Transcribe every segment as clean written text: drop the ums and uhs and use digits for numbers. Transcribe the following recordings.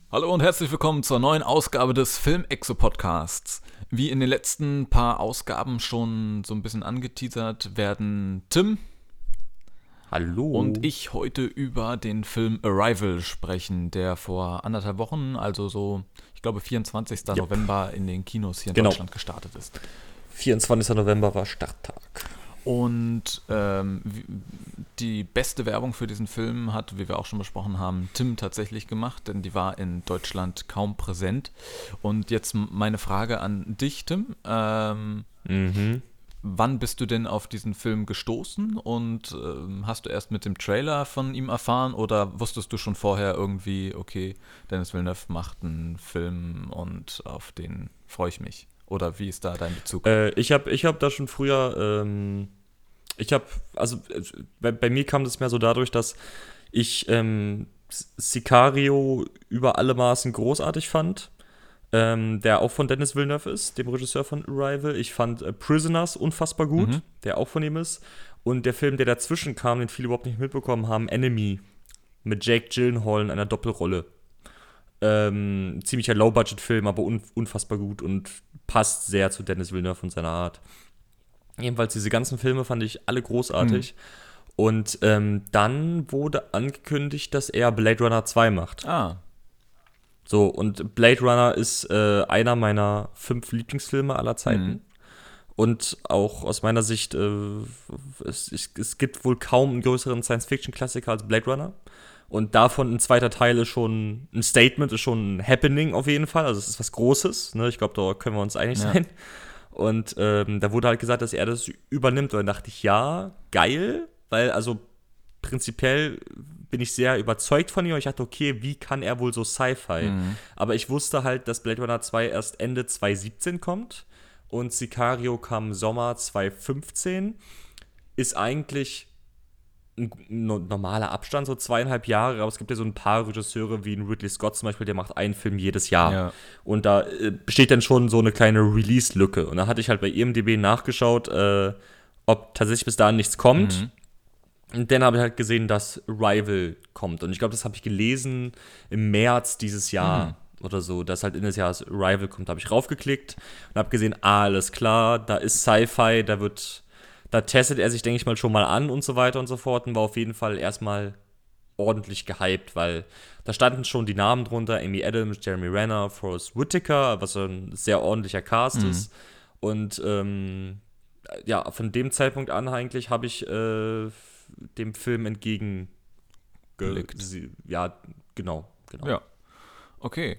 Hallo und herzlich willkommen zur neuen Ausgabe des Film-Exo-Podcasts. Wie in den letzten paar Ausgaben schon so ein bisschen angeteasert, werden Tim und Hallo. ich heute über den Film Arrival sprechen, der vor 1,5 Wochen, also so, ich glaube 24. Yep. November in den Kinos hier in Genau. Deutschland gestartet ist. 24. November war Starttag. Und die beste Werbung für diesen Film hat, wie wir auch schon besprochen haben, Tim tatsächlich gemacht, denn die war in Deutschland kaum präsent. Und jetzt meine Frage an dich, Tim. Wann bist du denn auf diesen Film gestoßen und hast du erst mit dem Trailer von ihm erfahren oder wusstest du schon vorher irgendwie, okay, Denis Villeneuve macht einen Film und auf den freue ich mich? Oder wie ist da dein Bezug? Ich hab da schon früher, bei mir kam das mehr so dadurch, dass ich Sicario über alle Maßen großartig fand. Der auch von Denis Villeneuve ist, dem Regisseur von Arrival. Ich fand Prisoners unfassbar gut, der auch von ihm ist. Und der Film, der dazwischen kam, den viele überhaupt nicht mitbekommen haben, Enemy, mit Jake Gyllenhaal in einer Doppelrolle. Ziemlicher Low-Budget-Film, aber unfassbar gut und passt sehr zu Denis Villeneuve und seiner Art. Jedenfalls, diese ganzen Filme fand ich alle großartig. Und dann wurde angekündigt, dass er Blade Runner 2 macht. Ah, So, und Blade Runner ist einer meiner 5 Lieblingsfilme aller Zeiten. Und auch aus meiner Sicht, es gibt wohl kaum einen größeren Science-Fiction-Klassiker als Blade Runner. Und davon ein zweiter Teil ist schon ein Statement, ist schon ein Happening auf jeden Fall. Also es ist was Großes, ne? Ich glaube, da können wir uns einig ja. sein. Und da wurde halt gesagt, dass er das übernimmt. Und dann dachte ich, ja, geil, weil also prinzipiell bin ich sehr überzeugt von ihm. Und ich dachte, okay, wie kann er wohl so Sci-Fi? Aber ich wusste halt, dass Blade Runner 2 erst Ende 2017 kommt und Sicario kam Sommer 2015. Ist eigentlich ein normaler Abstand, so 2,5 Jahre, aber es gibt ja so ein paar Regisseure wie ein Ridley Scott zum Beispiel, der macht einen Film jedes Jahr. Ja. Und da besteht dann schon so eine kleine Release-Lücke. Und da hatte ich halt bei IMDb nachgeschaut, ob tatsächlich bis dahin nichts kommt. Und dann habe ich halt gesehen, dass Arrival kommt. Und ich glaube, das habe ich gelesen im März dieses Jahr oder so, dass halt in des Jahres Arrival kommt. Da habe ich raufgeklickt und habe gesehen, alles klar, da ist Sci-Fi, da testet er sich, denke ich mal, schon mal an und so weiter und so fort und war auf jeden Fall erstmal ordentlich gehypt, weil da standen schon die Namen drunter, Amy Adams, Jeremy Renner, Forrest Whitaker, was so ein sehr ordentlicher Cast ist. Und ja, von dem Zeitpunkt an eigentlich habe ich dem Film Blickt. ja, genau. Ja, okay.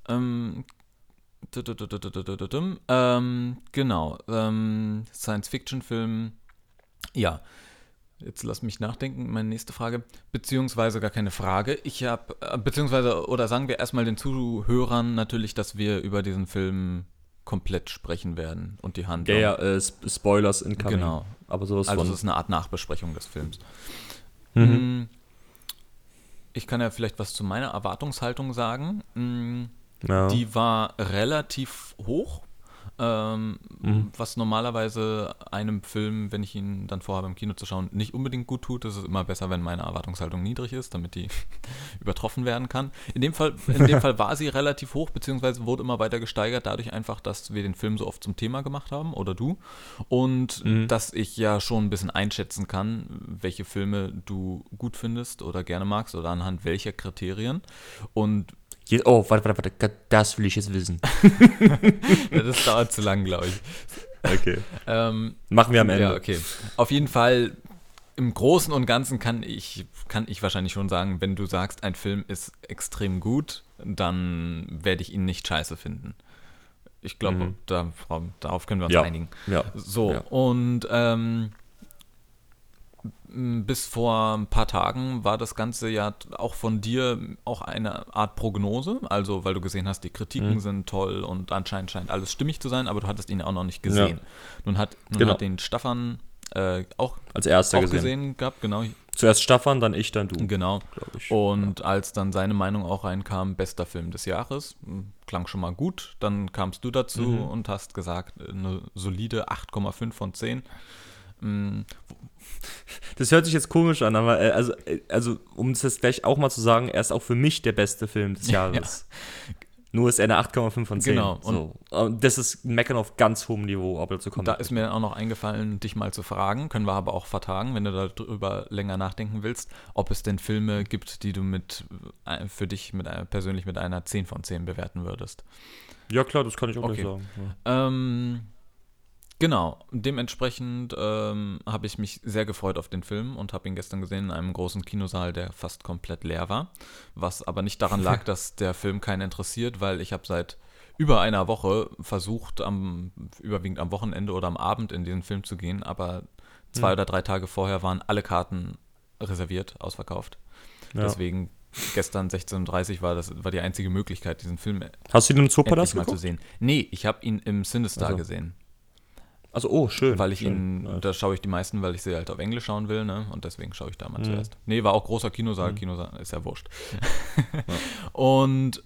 Genau. Science-Fiction-Film. Ja, jetzt lass mich nachdenken. Meine nächste Frage. Beziehungsweise gar keine Frage. Ich habe, beziehungsweise, oder sagen wir erstmal den Zuhörern natürlich, dass wir über diesen Film komplett sprechen werden und die Handlung. Ja, Spoilers incoming. Genau. Aber sowas Also von. es ist eine Art Nachbesprechung des Films. Mhm. Ich kann ja vielleicht was zu meiner Erwartungshaltung sagen. Ja. Die war relativ hoch, was normalerweise einem Film, wenn ich ihn dann vorhabe im Kino zu schauen, nicht unbedingt gut tut. Es ist immer besser, wenn meine Erwartungshaltung niedrig ist, damit die übertroffen werden kann. In dem Fall war sie relativ hoch, beziehungsweise wurde immer weiter gesteigert, dadurch einfach, dass wir den Film so oft zum Thema gemacht haben, oder du, und dass ich ja schon ein bisschen einschätzen kann, welche Filme du gut findest oder gerne magst oder anhand welcher Kriterien. Und Oh, warte, das will ich jetzt wissen. das dauert zu lang, glaube ich. Okay. Machen wir am Ende. Ja, okay. Auf jeden Fall, im Großen und Ganzen kann ich wahrscheinlich schon sagen, wenn du sagst, ein Film ist extrem gut, dann werde ich ihn nicht scheiße finden. Ich glaube, darauf können wir uns einigen. Ja. So, Ja. und bis vor ein paar Tagen war das Ganze ja auch von dir auch eine Art Prognose, also weil du gesehen hast, die Kritiken sind toll und anscheinend scheint alles stimmig zu sein, aber du hattest ihn auch noch nicht gesehen. Ja. Nun hat den Staffan auch Als erster gesehen gehabt, genau. Zuerst Staffan, dann ich, dann du. Genau. Glaube ich. Und als dann seine Meinung auch reinkam, bester Film des Jahres, klang schon mal gut, dann kamst du dazu und hast gesagt, eine solide 8,5 von 10. Das hört sich jetzt komisch an, aber also um es jetzt gleich auch mal zu sagen, er ist auch für mich der beste Film des Jahres. Ja. Nur ist er eine 8,5 von 10. Genau. Und das ist Meckern auf ganz hohem Niveau, aber dazu kommt. Da ist mir auch noch eingefallen, dich mal zu fragen, können wir aber auch vertagen, wenn du darüber länger nachdenken willst, ob es denn Filme gibt, die du für dich persönlich mit einer 10 von 10 bewerten würdest. Ja klar, das kann ich auch gleich sagen. Ja. Genau, dementsprechend habe ich mich sehr gefreut auf den Film und habe ihn gestern gesehen in einem großen Kinosaal, der fast komplett leer war, was aber nicht daran lag, dass der Film keinen interessiert, weil ich habe seit über einer Woche versucht, überwiegend am Wochenende oder am Abend in diesen Film zu gehen, aber 2 oder 3 Tage vorher waren alle Karten reserviert, ausverkauft. Ja. Deswegen gestern 16:30 war die einzige Möglichkeit, diesen Film Hast du ihn im Zoopalast mal zu sehen. Nee, ich habe ihn im Cinestar gesehen. Also, oh, schön. Weil ich da schaue ich die meisten, weil ich sie halt auf Englisch schauen will, ne? Und deswegen schaue ich da mal zuerst. Nee, war auch großer Kinosaal, Kinosaal ist ja wurscht. Ja. Und,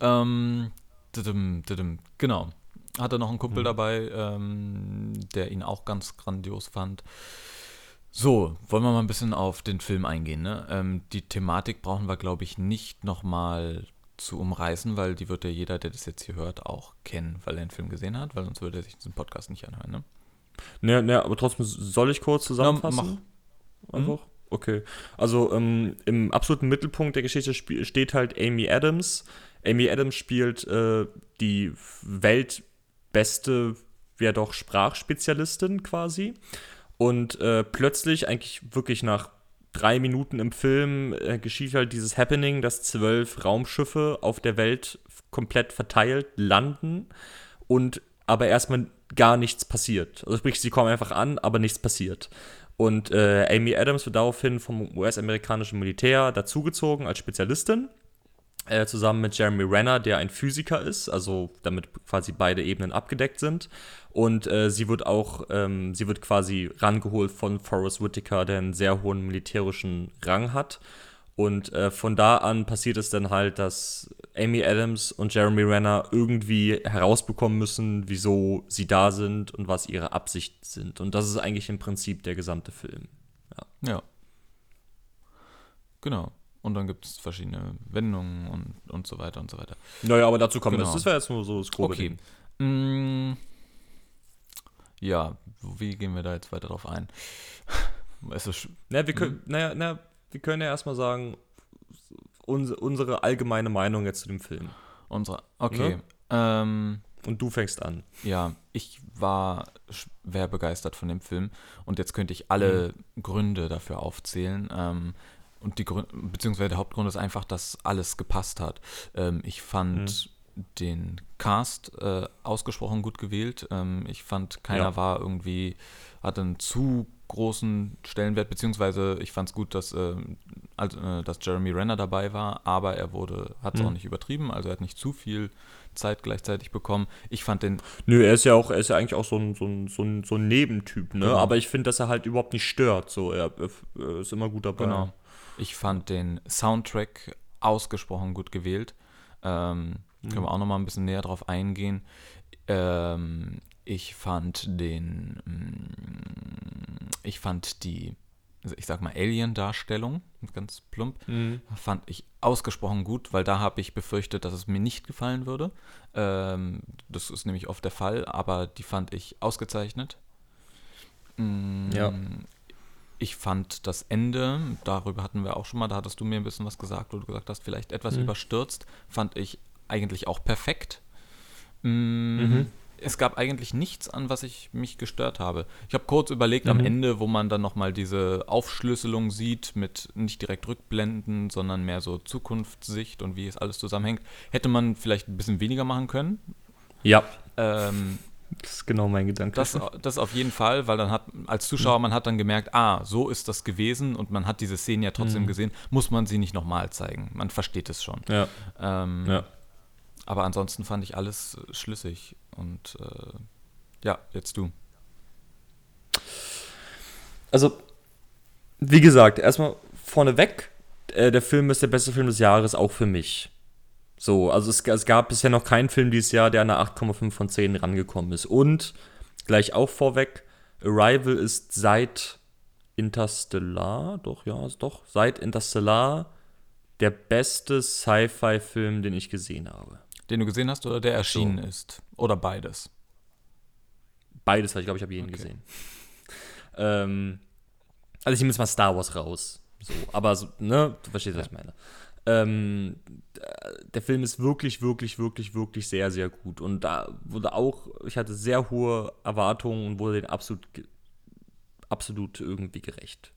genau. Hatte noch einen Kumpel dabei, der ihn auch ganz grandios fand. So, wollen wir mal ein bisschen auf den Film eingehen, ne? Die Thematik brauchen wir, glaube ich, nicht nochmal zu umreißen, weil die wird ja jeder, der das jetzt hier hört, auch kennen, weil er den Film gesehen hat, weil sonst würde er sich diesen Podcast nicht anhören, ne? Ne, aber trotzdem, soll ich kurz zusammenfassen? Einfach? Okay. Also im absoluten Mittelpunkt der Geschichte steht halt Amy Adams. Amy Adams spielt die weltbeste, Sprachspezialistin quasi. Und plötzlich, eigentlich wirklich nach 3 Minuten im Film, geschieht halt dieses Happening, dass 12 Raumschiffe auf der Welt komplett verteilt landen und aber erstmal gar nichts passiert. Also sprich, sie kommen einfach an, aber nichts passiert. Und Amy Adams wird daraufhin vom US-amerikanischen Militär dazugezogen als Spezialistin, zusammen mit Jeremy Renner, der ein Physiker ist, also damit quasi beide Ebenen abgedeckt sind. Und sie wird quasi rangeholt von Forrest Whitaker, der einen sehr hohen militärischen Rang hat. Und von da an passiert es dann halt, dass Amy Adams und Jeremy Renner irgendwie herausbekommen müssen, wieso sie da sind und was ihre Absichten sind. Und das ist eigentlich im Prinzip der gesamte Film. Ja. Genau. Und dann gibt es verschiedene Wendungen und so weiter und so weiter. Naja, aber dazu kommen wir. Das wäre jetzt nur so das grobe Ding. Ja, wie gehen wir da jetzt weiter drauf ein? Wir können ja erstmal sagen, unsere allgemeine Meinung jetzt zu dem Film. Okay. Ne? Und du fängst an. Ja, ich war schwer begeistert von dem Film und jetzt könnte ich alle Gründe dafür aufzählen. Und beziehungsweise der Hauptgrund ist einfach, dass alles gepasst hat. Ich fand den Cast ausgesprochen gut gewählt. Ich fand, keiner hatte einen zu großen Stellenwert, beziehungsweise ich fand es gut, dass Jeremy Renner dabei war, aber er hat es auch nicht übertrieben, also er hat nicht zu viel Zeit gleichzeitig bekommen. Ich fand den... Nö, er ist ja eigentlich auch so ein Nebentyp, ne? Genau. Aber ich finde, dass er halt überhaupt nicht stört. So, er ist immer gut dabei. Genau. Ich fand den Soundtrack ausgesprochen gut gewählt. Können wir auch noch mal ein bisschen näher drauf eingehen. Ich fand die, ich sag mal, Alien-Darstellung, ganz plump, fand ich ausgesprochen gut, weil da habe ich befürchtet, dass es mir nicht gefallen würde. Das ist nämlich oft der Fall, aber die fand ich ausgezeichnet. Ja. Ich fand das Ende, darüber hatten wir auch schon mal, da hattest du mir ein bisschen was gesagt, wo du gesagt hast, vielleicht etwas überstürzt, fand ich eigentlich auch perfekt. Es gab eigentlich nichts, an was ich mich gestört habe. Ich habe kurz überlegt am Ende, wo man dann nochmal diese Aufschlüsselung sieht, mit nicht direkt Rückblenden, sondern mehr so Zukunftssicht und wie es alles zusammenhängt. Hätte man vielleicht ein bisschen weniger machen können. Ja. Das ist genau mein Gedanke. Das auf jeden Fall, weil dann als Zuschauer, man hat dann gemerkt, so ist das gewesen und man hat diese Szenen ja trotzdem gesehen, muss man sie nicht nochmal zeigen. Man versteht es schon. Ja. Aber ansonsten fand ich alles schlüssig. Und jetzt du. Also, wie gesagt, erstmal vorneweg, der Film ist der beste Film des Jahres, auch für mich. So, also es gab bisher noch keinen Film dieses Jahr, der an eine 8,5 von 10 rangekommen ist. Und, gleich auch vorweg, Arrival ist seit Interstellar, doch, ja, ist doch, seit Interstellar der beste Sci-Fi-Film, den ich gesehen habe. Den du gesehen hast oder der erschienen ist? Oder beides? Beides, weil ich glaube, ich habe jeden gesehen. Also ich nehme jetzt mal Star Wars raus. So, aber so, ne, du verstehst, was ich meine. Der Film ist wirklich, wirklich, wirklich, wirklich sehr, sehr gut. Und da wurde auch, ich hatte sehr hohe Erwartungen und wurde den absolut irgendwie gerecht.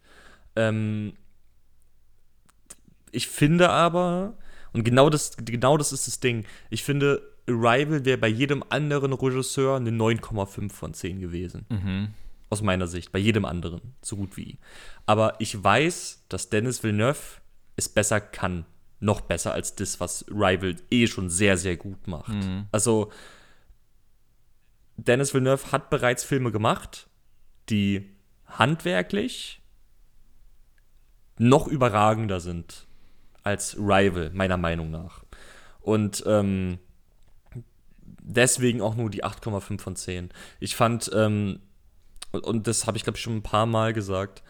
Ich finde aber, und genau das ist das Ding, ich finde, Arrival wäre bei jedem anderen Regisseur eine 9,5 von 10 gewesen. Aus meiner Sicht, bei jedem anderen, so gut wie. Aber ich weiß, dass Denis Villeneuve es besser kann. Noch besser als das, was Arrival schon sehr, sehr gut macht. Also, Denis Villeneuve hat bereits Filme gemacht, die handwerklich noch überragender sind als Arrival, meiner Meinung nach. Und deswegen auch nur die 8,5 von 10. Ich fand, und das habe ich, glaube ich, schon ein paar Mal gesagt,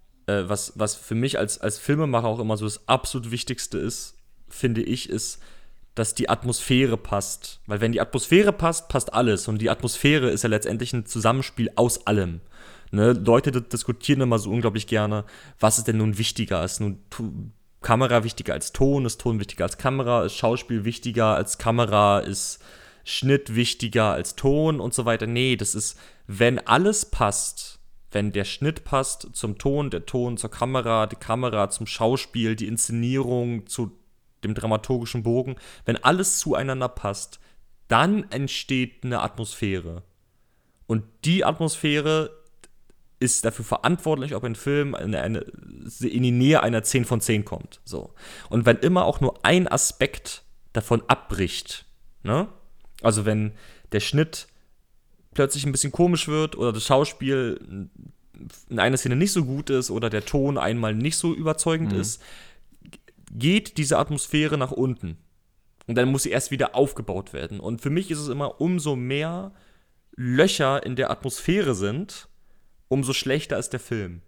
was für mich als Filmemacher auch immer so das absolut Wichtigste ist, finde ich, ist, dass die Atmosphäre passt. Weil wenn die Atmosphäre passt, passt alles. Und die Atmosphäre ist ja letztendlich ein Zusammenspiel aus allem. Ne? Leute diskutieren immer so unglaublich gerne, was ist denn nun wichtiger? Ist nun Kamera wichtiger als Ton? Ist Ton wichtiger als Kamera? Ist Schauspiel wichtiger als Kamera? Ist Schnitt wichtiger als Ton und so weiter? Nee, das ist, wenn alles passt, wenn der Schnitt passt zum Ton, der Ton zur Kamera, die Kamera zum Schauspiel, die Inszenierung zu dem dramaturgischen Bogen, wenn alles zueinander passt, dann entsteht eine Atmosphäre. Und die Atmosphäre ist dafür verantwortlich, ob ein Film in die Nähe einer 10 von 10 kommt. So. Und wenn immer auch nur ein Aspekt davon abbricht, ne? Also wenn der Schnitt plötzlich ein bisschen komisch wird oder das Schauspiel in einer Szene nicht so gut ist oder der Ton einmal nicht so überzeugend ist, geht diese Atmosphäre nach unten. Und dann muss sie erst wieder aufgebaut werden. Und für mich ist es immer, umso mehr Löcher in der Atmosphäre sind, umso schlechter ist der Film.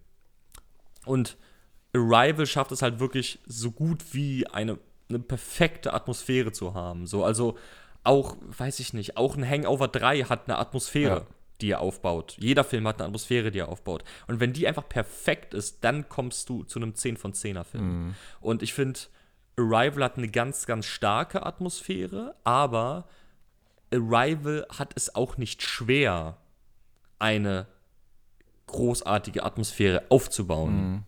Und Arrival schafft es halt wirklich so gut wie eine perfekte Atmosphäre zu haben. So, also auch, weiß ich nicht, auch ein Hangover 3 hat eine Atmosphäre, die er aufbaut. Jeder Film hat eine Atmosphäre, die er aufbaut. Und wenn die einfach perfekt ist, dann kommst du zu einem 10 von 10er Film. Und ich finde, Arrival hat eine ganz, ganz starke Atmosphäre, aber Arrival hat es auch nicht schwer, eine großartige Atmosphäre aufzubauen.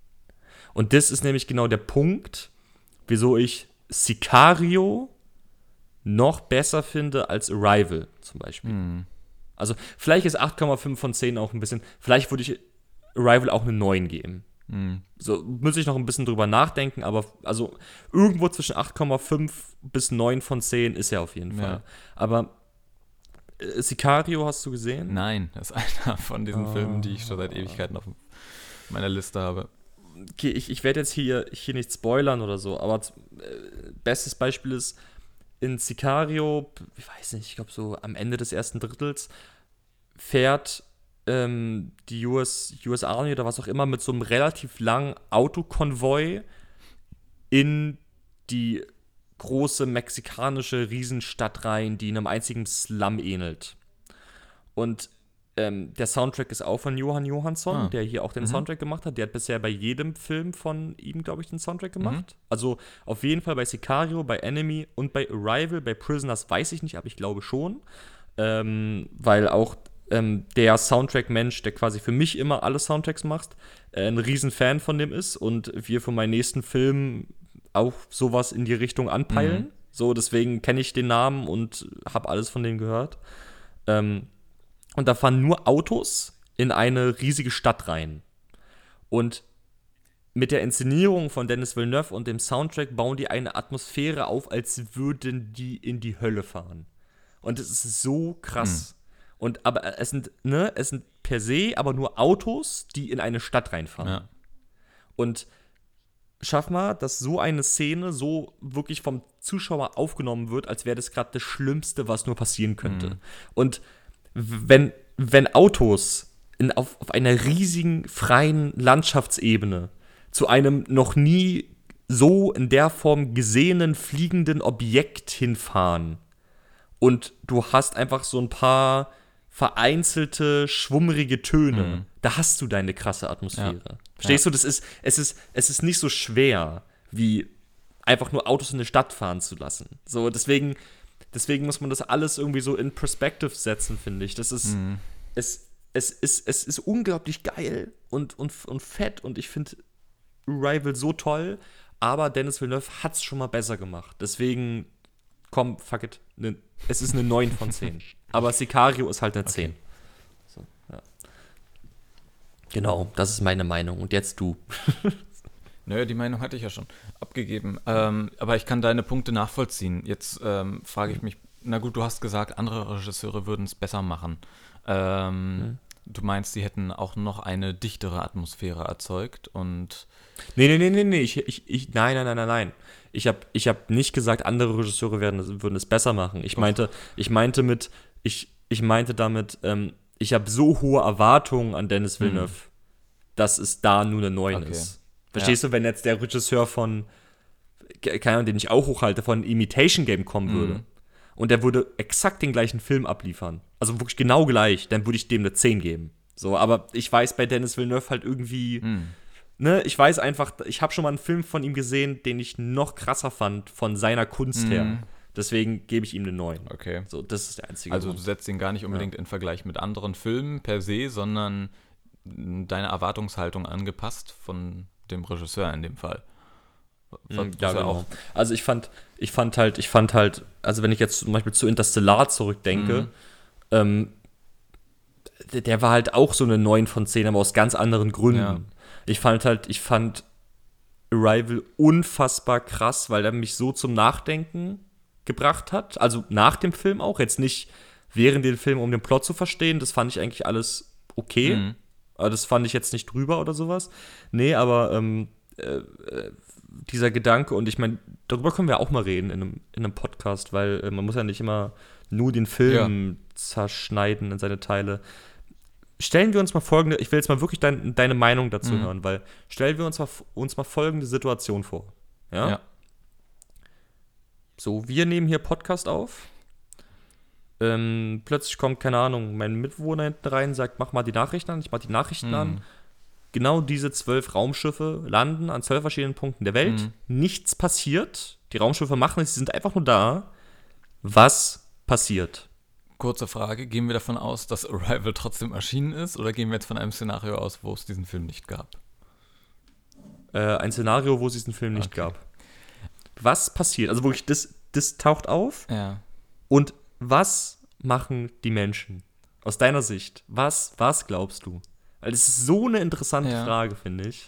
Und das ist nämlich genau der Punkt, wieso ich Sicario noch besser finde als Arrival zum Beispiel. Also vielleicht ist 8,5 von 10 auch ein bisschen, vielleicht würde ich Arrival auch eine 9 geben. So muss ich noch ein bisschen drüber nachdenken, aber also irgendwo zwischen 8,5 bis 9 von 10 ist er auf jeden Fall. Aber Sicario hast du gesehen? Nein, das ist einer von diesen Filmen, die ich schon seit Ewigkeiten auf meiner Liste habe. Okay, ich werde jetzt hier nicht spoilern oder so, aber bestes Beispiel ist, in Sicario, ich weiß nicht, ich glaube so am Ende des ersten Drittels, fährt die US Army oder was auch immer mit so einem relativ langen Autokonvoi in die große mexikanische Riesenstadt rein, die einem einzigen Slum ähnelt. Und der Soundtrack ist auch von Johann Johansson, der hier auch den Soundtrack gemacht hat. Der hat bisher bei jedem Film von ihm, glaube ich, den Soundtrack gemacht. Also auf jeden Fall bei Sicario, bei Enemy und bei Arrival. Bei Prisoners weiß ich nicht, aber ich glaube schon. Weil auch der Soundtrack-Mensch, der quasi für mich immer alle Soundtracks macht, ein riesen Fan von dem ist und wir für meinen nächsten Film auch sowas in die Richtung anpeilen. So, deswegen kenne ich den Namen und habe alles von dem gehört. Und da fahren nur Autos in eine riesige Stadt rein. Und mit der Inszenierung von Denis Villeneuve und dem Soundtrack bauen die eine Atmosphäre auf, als würden die in die Hölle fahren. Und es ist so krass. Aber es sind per se aber nur Autos, die in eine Stadt reinfahren. Ja. Und schaff mal, dass so eine Szene so wirklich vom Zuschauer aufgenommen wird, als wäre das gerade das Schlimmste, was nur passieren könnte. Und wenn Autos auf einer riesigen, freien Landschaftsebene zu einem noch nie so in der Form gesehenen fliegenden Objekt hinfahren. Und du hast einfach so ein paar vereinzelte, schwummrige Töne. Da hast du deine krasse Atmosphäre. Ja. Verstehst du? Es ist nicht so schwer, wie einfach nur Autos in eine Stadt fahren zu lassen. So, deswegen muss man das alles irgendwie so in Perspective setzen, finde ich. Das ist, es ist unglaublich geil und fett und ich finde Arrival so toll, aber Denis Villeneuve hat es schon mal besser gemacht. Deswegen, komm, fuck it. Es ist eine 9 von 10. Aber Sicario ist halt eine 10. Okay. So, ja. Genau, das ist meine Meinung. Und jetzt du. Naja, die Meinung hatte ich ja schon abgegeben. Aber ich kann deine Punkte nachvollziehen. Jetzt frage ich mich, na gut, du hast gesagt, andere Regisseure würden es besser machen. Du meinst, sie hätten auch noch eine dichtere Atmosphäre erzeugt und Nee. Nein. Ich hab nicht gesagt, andere Regisseure würden es besser machen. Ich meinte damit, ich habe so hohe Erwartungen an Dennis Villeneuve, dass es da nur eine 9 ist. Verstehst du, wenn jetzt der Regisseur von, keine Ahnung, den ich auch hochhalte, von Imitation Game kommen würde und der würde exakt den gleichen Film abliefern, also wirklich genau gleich, dann würde ich dem eine 10 geben. So, aber ich weiß bei Dennis Villeneuve halt irgendwie, ich weiß einfach, ich habe schon mal einen Film von ihm gesehen, den ich noch krasser fand von seiner Kunst her. Deswegen gebe ich ihm eine 9. okay. So, das ist der einzige Also Grund. du setzt ihn gar nicht unbedingt in Vergleich mit anderen Filmen per se, sondern deine Erwartungshaltung angepasst von dem Regisseur in dem Fall. Ja, genau. Also ich fand halt, also wenn ich jetzt zum Beispiel zu Interstellar zurückdenke, der war halt auch so eine 9 von 10, aber aus ganz anderen Gründen. Ja. Ich fand Arrival unfassbar krass, weil er mich so zum Nachdenken gebracht hat. Also nach dem Film auch, jetzt nicht während dem Film, um den Plot zu verstehen. Das fand ich eigentlich alles okay. Aber das fand ich jetzt nicht drüber oder sowas. Nee, aber dieser Gedanke, und ich meine, darüber können wir auch mal reden in einem Podcast, weil man muss ja nicht immer nur den Film zerschneiden in seine Teile. Stellen wir uns mal folgende, ich will jetzt mal wirklich deine Meinung dazu hören, weil stellen wir uns mal folgende Situation vor. Ja? So, wir nehmen hier Podcast auf. Plötzlich kommt, keine Ahnung, mein Mitbewohner hinten rein, sagt, mach mal die Nachrichten an. Ich mach die Nachrichten an. Genau diese 12 Raumschiffe landen an 12 verschiedenen Punkten der Welt. Nichts passiert. Die Raumschiffe machen es, sie sind einfach nur da. Was passiert? Kurze Frage, gehen wir davon aus, dass Arrival trotzdem erschienen ist oder gehen wir jetzt von einem Szenario aus, wo es diesen Film nicht gab? Ein Szenario, wo es diesen Film nicht gab. Was passiert? Also wirklich, das taucht auf. Ja. Und was machen die Menschen? Aus deiner Sicht, was glaubst du? Weil das ist so eine interessante Frage, finde ich.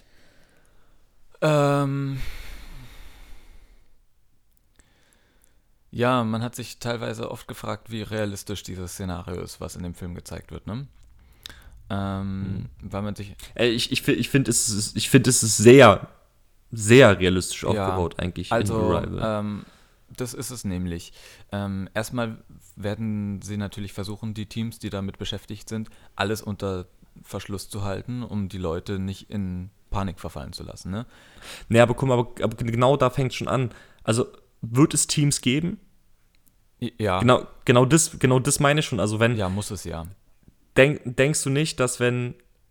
Ja, man hat sich teilweise oft gefragt, wie realistisch dieses Szenario ist, was in dem Film gezeigt wird, ne? Weil man sich... Ich finde, es ist sehr, sehr realistisch aufgebaut eigentlich. Also, das ist es nämlich. Erstmal werden sie natürlich versuchen, die Teams, die damit beschäftigt sind, alles unter Verschluss zu halten, um die Leute nicht in Panik verfallen zu lassen, ne? Nee, aber guck mal, aber genau da fängt es schon an. Also, wird es Teams geben? Ja. Genau das meine ich schon. Also, wenn... Ja, muss es ja. Denkst du nicht, dass wenn,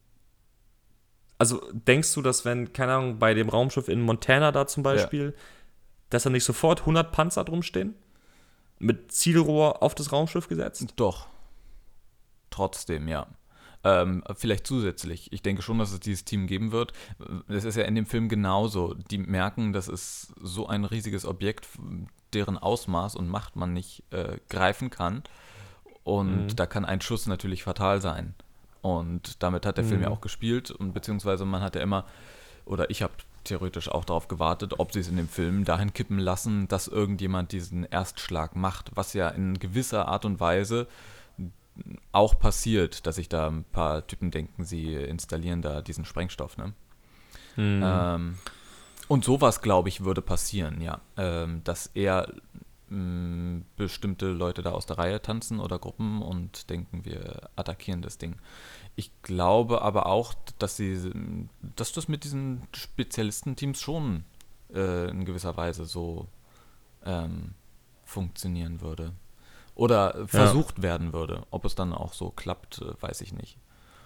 keine Ahnung, bei dem Raumschiff in Montana da zum Beispiel, dass da nicht sofort 100 Panzer drum stehen? Mit Zielrohr auf das Raumschiff gesetzt? Doch. Trotzdem, ja. Vielleicht zusätzlich. Ich denke schon, dass es dieses Team geben wird. Das ist ja in dem Film genauso. Die merken, das ist so ein riesiges Objekt, deren Ausmaß und Macht man nicht greifen kann. Und da kann ein Schuss natürlich fatal sein. Und damit hat der Film ja auch gespielt. Und beziehungsweise man hat ja immer, oder ich habe theoretisch auch darauf gewartet, ob sie es in dem Film dahin kippen lassen, dass irgendjemand diesen Erstschlag macht. Was ja in gewisser Art und Weise auch passiert, dass sich da ein paar Typen denken, sie installieren da diesen Sprengstoff. Ne? Und sowas, glaube ich, würde passieren, ja. Dass er bestimmte Leute da aus der Reihe tanzen oder Gruppen und denken, wir attackieren das Ding. Ich glaube aber auch, dass das mit diesen Spezialistenteams schon in gewisser Weise so funktionieren würde. Oder versucht werden würde. Ob es dann auch so klappt, weiß ich nicht.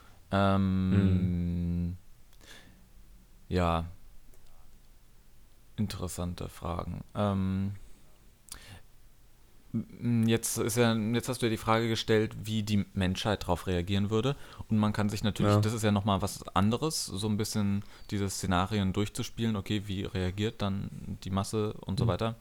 Ja, interessante Fragen. Jetzt hast du ja die Frage gestellt, wie die Menschheit darauf reagieren würde. Und man kann sich natürlich, das ist ja nochmal was anderes, so ein bisschen diese Szenarien durchzuspielen. Okay, wie reagiert dann die Masse und so weiter.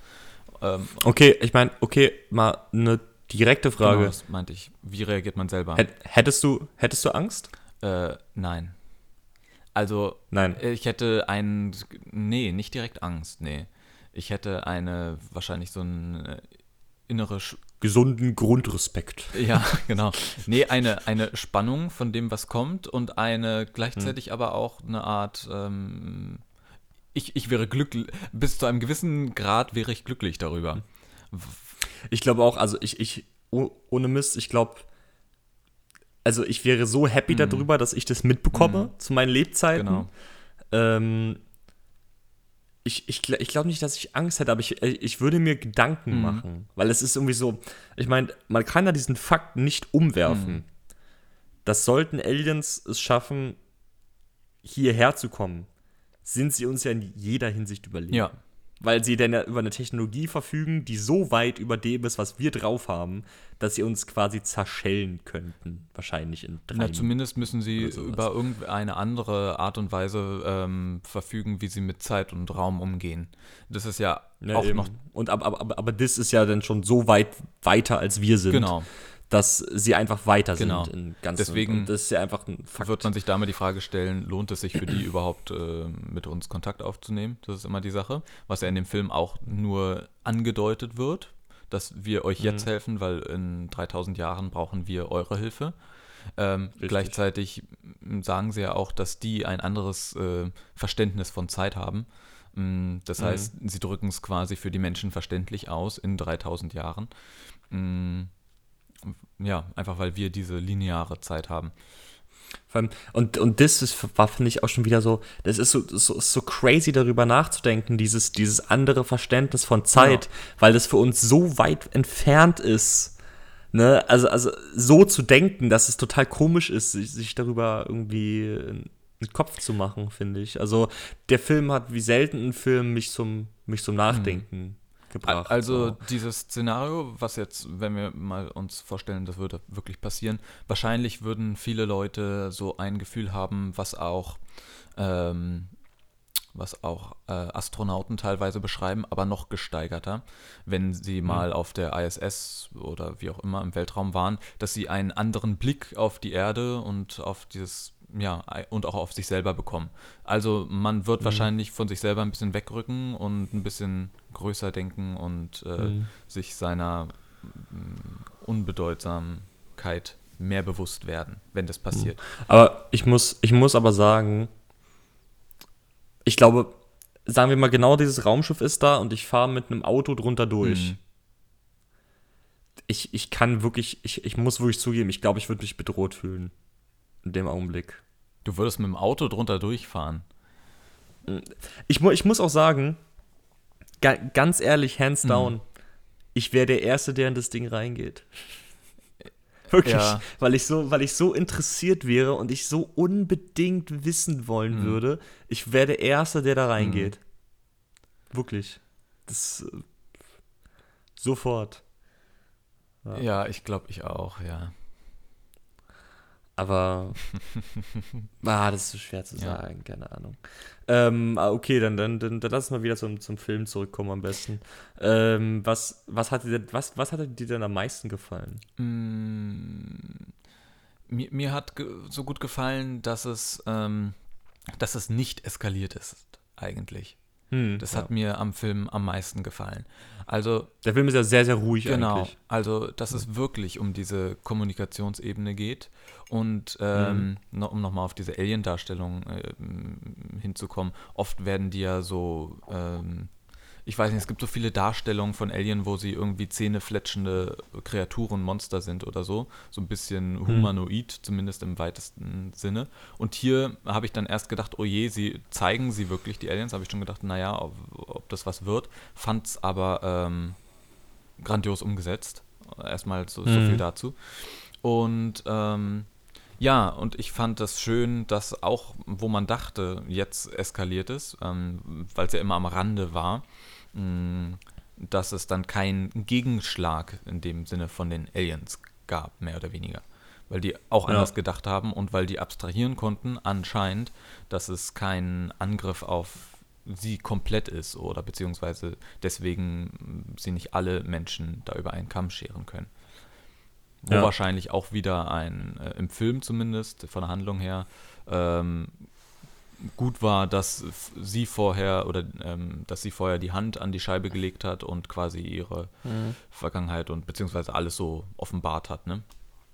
Mal eine direkte Frage. Genau, das meinte ich. Wie reagiert man selber? Hättest du Angst? Nein. Also, Nein. Ich hätte nee, nicht direkt Angst, nee. Ich hätte wahrscheinlich so eine innere gesunden Grundrespekt. Ja, genau. Nee, eine Spannung von dem, was kommt und gleichzeitig aber auch eine Art, ich wäre glücklich, bis zu einem gewissen Grad wäre ich glücklich darüber. Ich glaube auch, also ohne Mist, ich glaube, also ich wäre so happy darüber, dass ich das mitbekomme zu meinen Lebzeiten. Genau. Ich glaube nicht, dass ich Angst hätte, aber ich würde mir Gedanken machen. Weil es ist irgendwie so, ich meine, man kann ja diesen Fakt nicht umwerfen. Das sollten Aliens es schaffen, hierher zu kommen, sind sie uns ja in jeder Hinsicht überlegen. Ja. Weil sie dann ja über eine Technologie verfügen, die so weit über dem ist, was wir drauf haben, dass sie uns quasi zerschellen könnten. Wahrscheinlich in 3 Minuten. Zumindest müssen sie über irgendeine andere Art und Weise verfügen, wie sie mit Zeit und Raum umgehen. Das ist ja auch eben. noch. Und aber das ist ja dann schon so weit weiter, als wir sind. Genau. Dass sie einfach weiter sind Genau. Deswegen und das ist ja einfach ein Fakt. Wird man sich damit die Frage stellen, lohnt es sich für die überhaupt mit uns Kontakt aufzunehmen? Das ist immer die Sache, was ja in dem Film auch nur angedeutet wird, dass wir euch jetzt helfen, weil in 3000 Jahren brauchen wir eure Hilfe. Gleichzeitig sagen sie ja auch, dass die ein anderes Verständnis von Zeit haben. Das heißt, sie drücken es quasi für die Menschen verständlich aus in 3000 Jahren. Ja, einfach weil wir diese lineare Zeit haben. Und das war, finde ich, auch schon wieder so, das ist so crazy, darüber nachzudenken, dieses andere Verständnis von Zeit, weil das für uns so weit entfernt ist, ne? Also so zu denken, dass es total komisch ist, sich darüber irgendwie einen Kopf zu machen, finde ich. Also der Film hat wie selten ein Film mich zum Nachdenken gebracht. Also dieses Szenario, was jetzt, wenn wir mal uns vorstellen, das würde wirklich passieren, wahrscheinlich würden viele Leute so ein Gefühl haben, was auch Astronauten teilweise beschreiben, aber noch gesteigerter, wenn sie mal auf der ISS oder wie auch immer im Weltraum waren, dass sie einen anderen Blick auf die Erde und auf dieses und auch auf sich selber bekommen. Also man wird wahrscheinlich von sich selber ein bisschen wegrücken und ein bisschen größer denken und sich seiner Unbedeutsamkeit mehr bewusst werden, wenn das passiert. Aber ich muss aber sagen, ich glaube, sagen wir mal, genau dieses Raumschiff ist da und ich fahre mit einem Auto drunter durch. Ich muss wirklich zugeben, ich glaube, ich würde mich bedroht fühlen. In dem Augenblick. Du würdest mit dem Auto drunter durchfahren? Ich muss auch sagen, ganz ehrlich, hands down, ich wäre der Erste, der in das Ding reingeht. Wirklich, weil ich so interessiert wäre und ich so unbedingt wissen wollen würde, ich wäre der Erste, der da reingeht. Wirklich. Das sofort. Ja, ich glaube, ich auch, ja. Aber das ist so schwer zu sagen, keine Ahnung. Okay, dann lass mal wieder zum Film zurückkommen am besten. Was hat dir denn am meisten gefallen? Mir hat so gut gefallen, dass es nicht eskaliert ist, eigentlich. Das hat mir am Film am meisten gefallen. Also der Film ist ja sehr, sehr ruhig eigentlich. Genau, also dass es wirklich um diese Kommunikationsebene geht und um nochmal auf diese Alien-Darstellung hinzukommen, oft werden die ja so ich weiß nicht, es gibt so viele Darstellungen von Alien, wo sie irgendwie zähnefletschende Kreaturen, Monster sind oder so. So ein bisschen humanoid, zumindest im weitesten Sinne. Und hier habe ich dann erst gedacht, oh je, zeigen sie wirklich die Aliens? Habe ich schon gedacht, naja, ob das was wird. Fand es aber grandios umgesetzt. Erstmal so viel dazu. Und ja, und ich fand das schön, dass auch, wo man dachte, jetzt eskaliert es, weil es ja immer am Rande war, dass es dann keinen Gegenschlag in dem Sinne von den Aliens gab, mehr oder weniger. Weil die auch anders gedacht haben und weil die abstrahieren konnten, anscheinend, dass es kein Angriff auf sie komplett ist oder beziehungsweise deswegen sie nicht alle Menschen da über einen Kamm scheren können. Wo wahrscheinlich auch wieder im Film zumindest, von der Handlung her, gut war, dass sie vorher die Hand an die Scheibe gelegt hat und quasi ihre Vergangenheit und beziehungsweise alles so offenbart hat. Ne?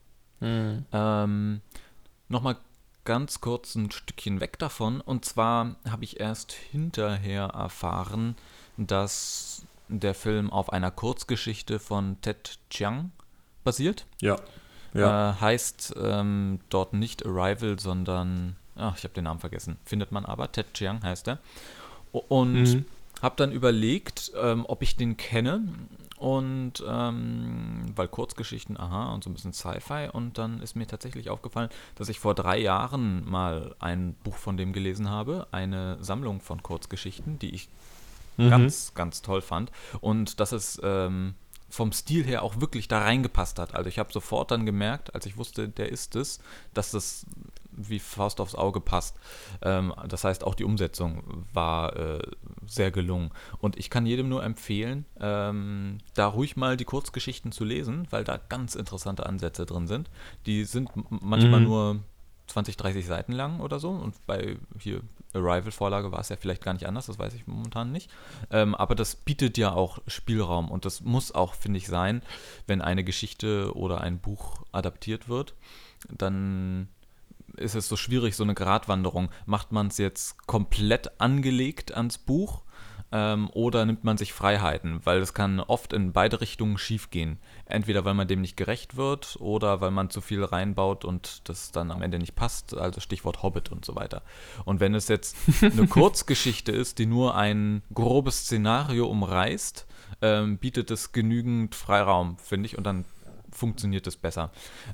Nochmal ganz kurz ein Stückchen weg davon. Und zwar habe ich erst hinterher erfahren, dass der Film auf einer Kurzgeschichte von Ted Chiang basiert. Ja. Heißt dort nicht Arrival, sondern, ich habe den Namen vergessen, findet man aber, Ted Chiang heißt er. Und habe dann überlegt, ob ich den kenne. Und weil Kurzgeschichten, und so ein bisschen Sci-Fi. Und dann ist mir tatsächlich aufgefallen, dass ich vor 3 Jahren mal ein Buch von dem gelesen habe. Eine Sammlung von Kurzgeschichten, die ich ganz, ganz toll fand. Und dass es vom Stil her auch wirklich da reingepasst hat. Also ich habe sofort dann gemerkt, als ich wusste, der ist es, dass das wie Faust aufs Auge passt. Das heißt, auch die Umsetzung war sehr gelungen. Und ich kann jedem nur empfehlen, da ruhig mal die Kurzgeschichten zu lesen, weil da ganz interessante Ansätze drin sind. Die sind manchmal nur 20, 30 Seiten lang oder so. Und bei hier Arrival-Vorlage war es ja vielleicht gar nicht anders, das weiß ich momentan nicht. Aber das bietet ja auch Spielraum und das muss auch, finde ich, sein, wenn eine Geschichte oder ein Buch adaptiert wird, dann ist es so schwierig, so eine Gratwanderung. Macht man es jetzt komplett angelegt ans Buch oder nimmt man sich Freiheiten? Weil es kann oft in beide Richtungen schief gehen. Entweder weil man dem nicht gerecht wird oder weil man zu viel reinbaut und das dann am Ende nicht passt. Also Stichwort Hobbit und so weiter. Und wenn es jetzt eine Kurzgeschichte ist, die nur ein grobes Szenario umreißt, bietet es genügend Freiraum, finde ich, und dann funktioniert es besser.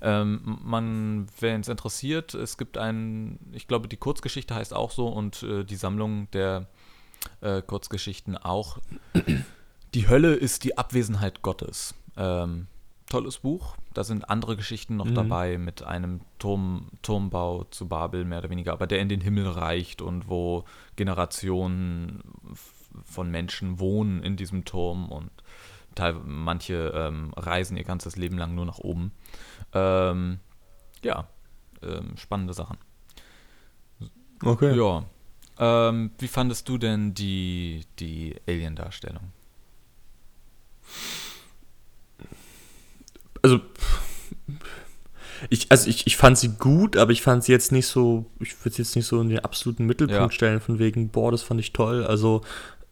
Wenn es interessiert, es gibt ich glaube, die Kurzgeschichte heißt auch so und die Sammlung der Kurzgeschichten auch. Die Hölle ist die Abwesenheit Gottes. Tolles Buch. Da sind andere Geschichten noch dabei mit einem Turmbau zu Babel, mehr oder weniger, aber der in den Himmel reicht und wo Generationen von Menschen wohnen in diesem Turm und manche reisen ihr ganzes Leben lang nur nach oben. Spannende Sachen. Okay. Ja. Wie fandest du denn die Alien-Darstellung? Also, ich fand sie gut, aber ich fand sie jetzt nicht so, ich würde sie jetzt nicht so in den absoluten Mittelpunkt stellen, von wegen, boah, das fand ich toll. Also,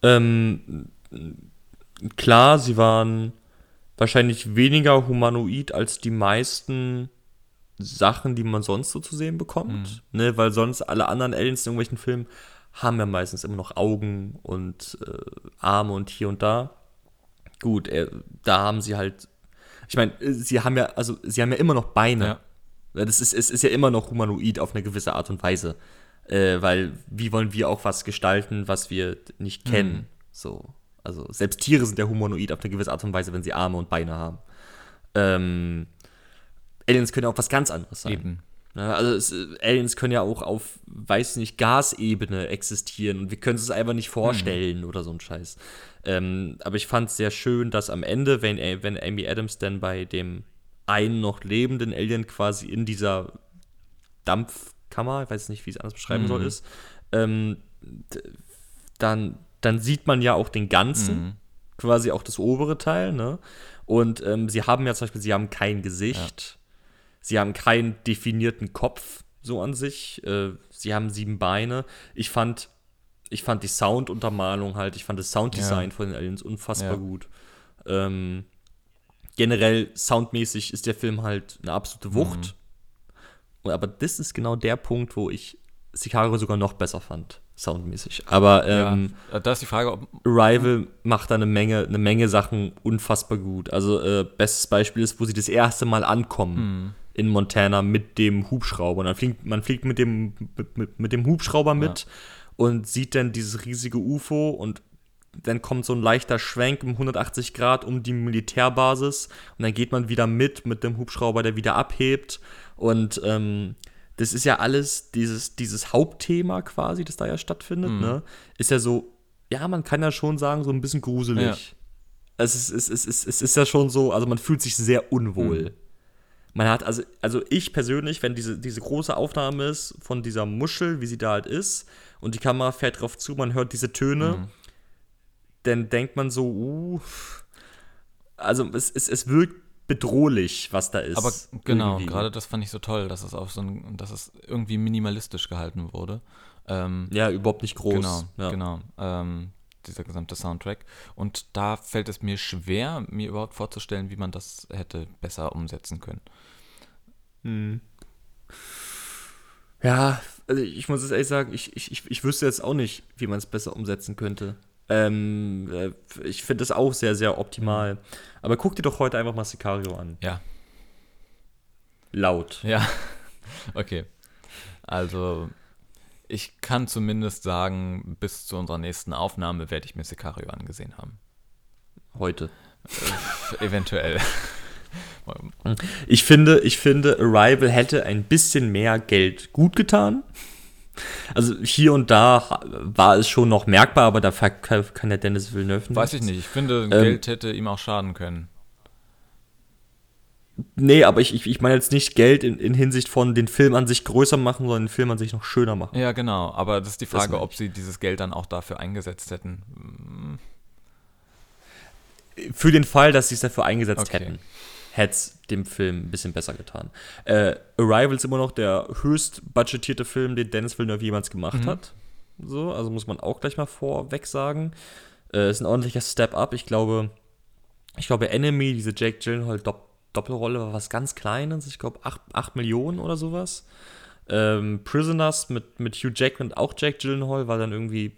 klar, sie waren wahrscheinlich weniger humanoid als die meisten Sachen, die man sonst so zu sehen bekommt. Ne? Weil sonst alle anderen Aliens in irgendwelchen Filmen haben ja meistens immer noch Augen und Arme und hier und da. Gut, da haben sie halt, ich meine, sie haben ja immer noch Beine. Ja. Es ist ja immer noch humanoid auf eine gewisse Art und Weise. Weil wie wollen wir auch was gestalten, was wir nicht kennen? So. Also selbst Tiere sind ja humanoid auf eine gewisse Art und Weise, wenn sie Arme und Beine haben. Aliens können ja auch was ganz anderes sein. Eben. Ja, also Aliens können ja auch auf, weiß nicht, Gasebene existieren und wir können es einfach nicht vorstellen oder so ein Scheiß. Aber ich fand es sehr schön, dass am Ende, wenn Amy Adams dann bei dem einen noch lebenden Alien quasi in dieser Dampfkammer, ich weiß nicht, wie ich es anders beschreiben soll, ist, dann sieht man ja auch den ganzen, quasi auch das obere Teil, ne? Und sie haben ja zum Beispiel, sie haben kein Gesicht, sie haben keinen definierten Kopf, so an sich, sie haben 7 Beine. Ich fand, Ich fand die Sounduntermalung halt, ich fand das Sounddesign von den Aliens unfassbar gut. Generell soundmäßig ist der Film halt eine absolute Wucht. Aber das ist genau der Punkt, wo ich Sicario sogar noch besser fand, soundmäßig. Aber da ist die Frage, ob Arrival macht da eine Menge Sachen unfassbar gut. Also bestes Beispiel ist, wo sie das erste Mal ankommen in Montana mit dem Hubschrauber. Und man fliegt mit dem Hubschrauber mit und sieht dann dieses riesige UFO und dann kommt so ein leichter Schwenk um 180 Grad um die Militärbasis und dann geht man wieder mit dem Hubschrauber, der wieder abhebt. Und das ist ja alles, dieses Hauptthema quasi, das da ja stattfindet, ne? Ist ja so, ja, man kann ja schon sagen, so ein bisschen gruselig. Ja. Es ist ja schon so, also man fühlt sich sehr unwohl. Man hat, also ich persönlich, wenn diese große Aufnahme ist von dieser Muschel, wie sie da halt ist, und die Kamera fährt drauf zu, man hört diese Töne, dann denkt man so, also es wirkt bedrohlich, was da ist. Aber genau, gerade das fand ich so toll, dass es dass es irgendwie minimalistisch gehalten wurde. Ja, überhaupt nicht groß. Genau. Dieser gesamte Soundtrack. Und da fällt es mir schwer, mir überhaupt vorzustellen, wie man das hätte besser umsetzen können. Ja, also ich muss es ehrlich sagen, ich wüsste jetzt auch nicht, wie man es besser umsetzen könnte. Ich finde das auch sehr, sehr optimal. Aber guck dir doch heute einfach mal Sicario an. Ja. Laut. Ja, okay. Also, ich kann zumindest sagen, bis zu unserer nächsten Aufnahme werde ich mir Sicario angesehen haben. Heute. Eventuell. Ich finde, Arrival hätte ein bisschen mehr Geld gut getan. Also hier und da war es schon noch merkbar, aber da kann der Denis Villeneuve nicht. Weiß ich nicht. Ich finde, Geld hätte ihm auch schaden können. Nee, aber ich meine jetzt nicht Geld in Hinsicht von den Film an sich größer machen, sondern den Film an sich noch schöner machen. Ja, genau. Aber das ist die Frage, ob sie dieses Geld dann auch dafür eingesetzt hätten. Für den Fall, dass sie es dafür eingesetzt hätten, hätte es dem Film ein bisschen besser getan. Arrival ist immer noch der höchst budgetierte Film, den Denis Villeneuve jemals gemacht hat. So, also muss man auch gleich mal vorweg sagen. Ist ein ordentlicher Step-Up. Ich glaube, Enemy, diese Jake Gyllenhaal Doppelrolle war was ganz Kleines. Ich glaube 8 Millionen oder sowas. Prisoners mit Hugh Jackman und auch Jake Gyllenhaal war dann irgendwie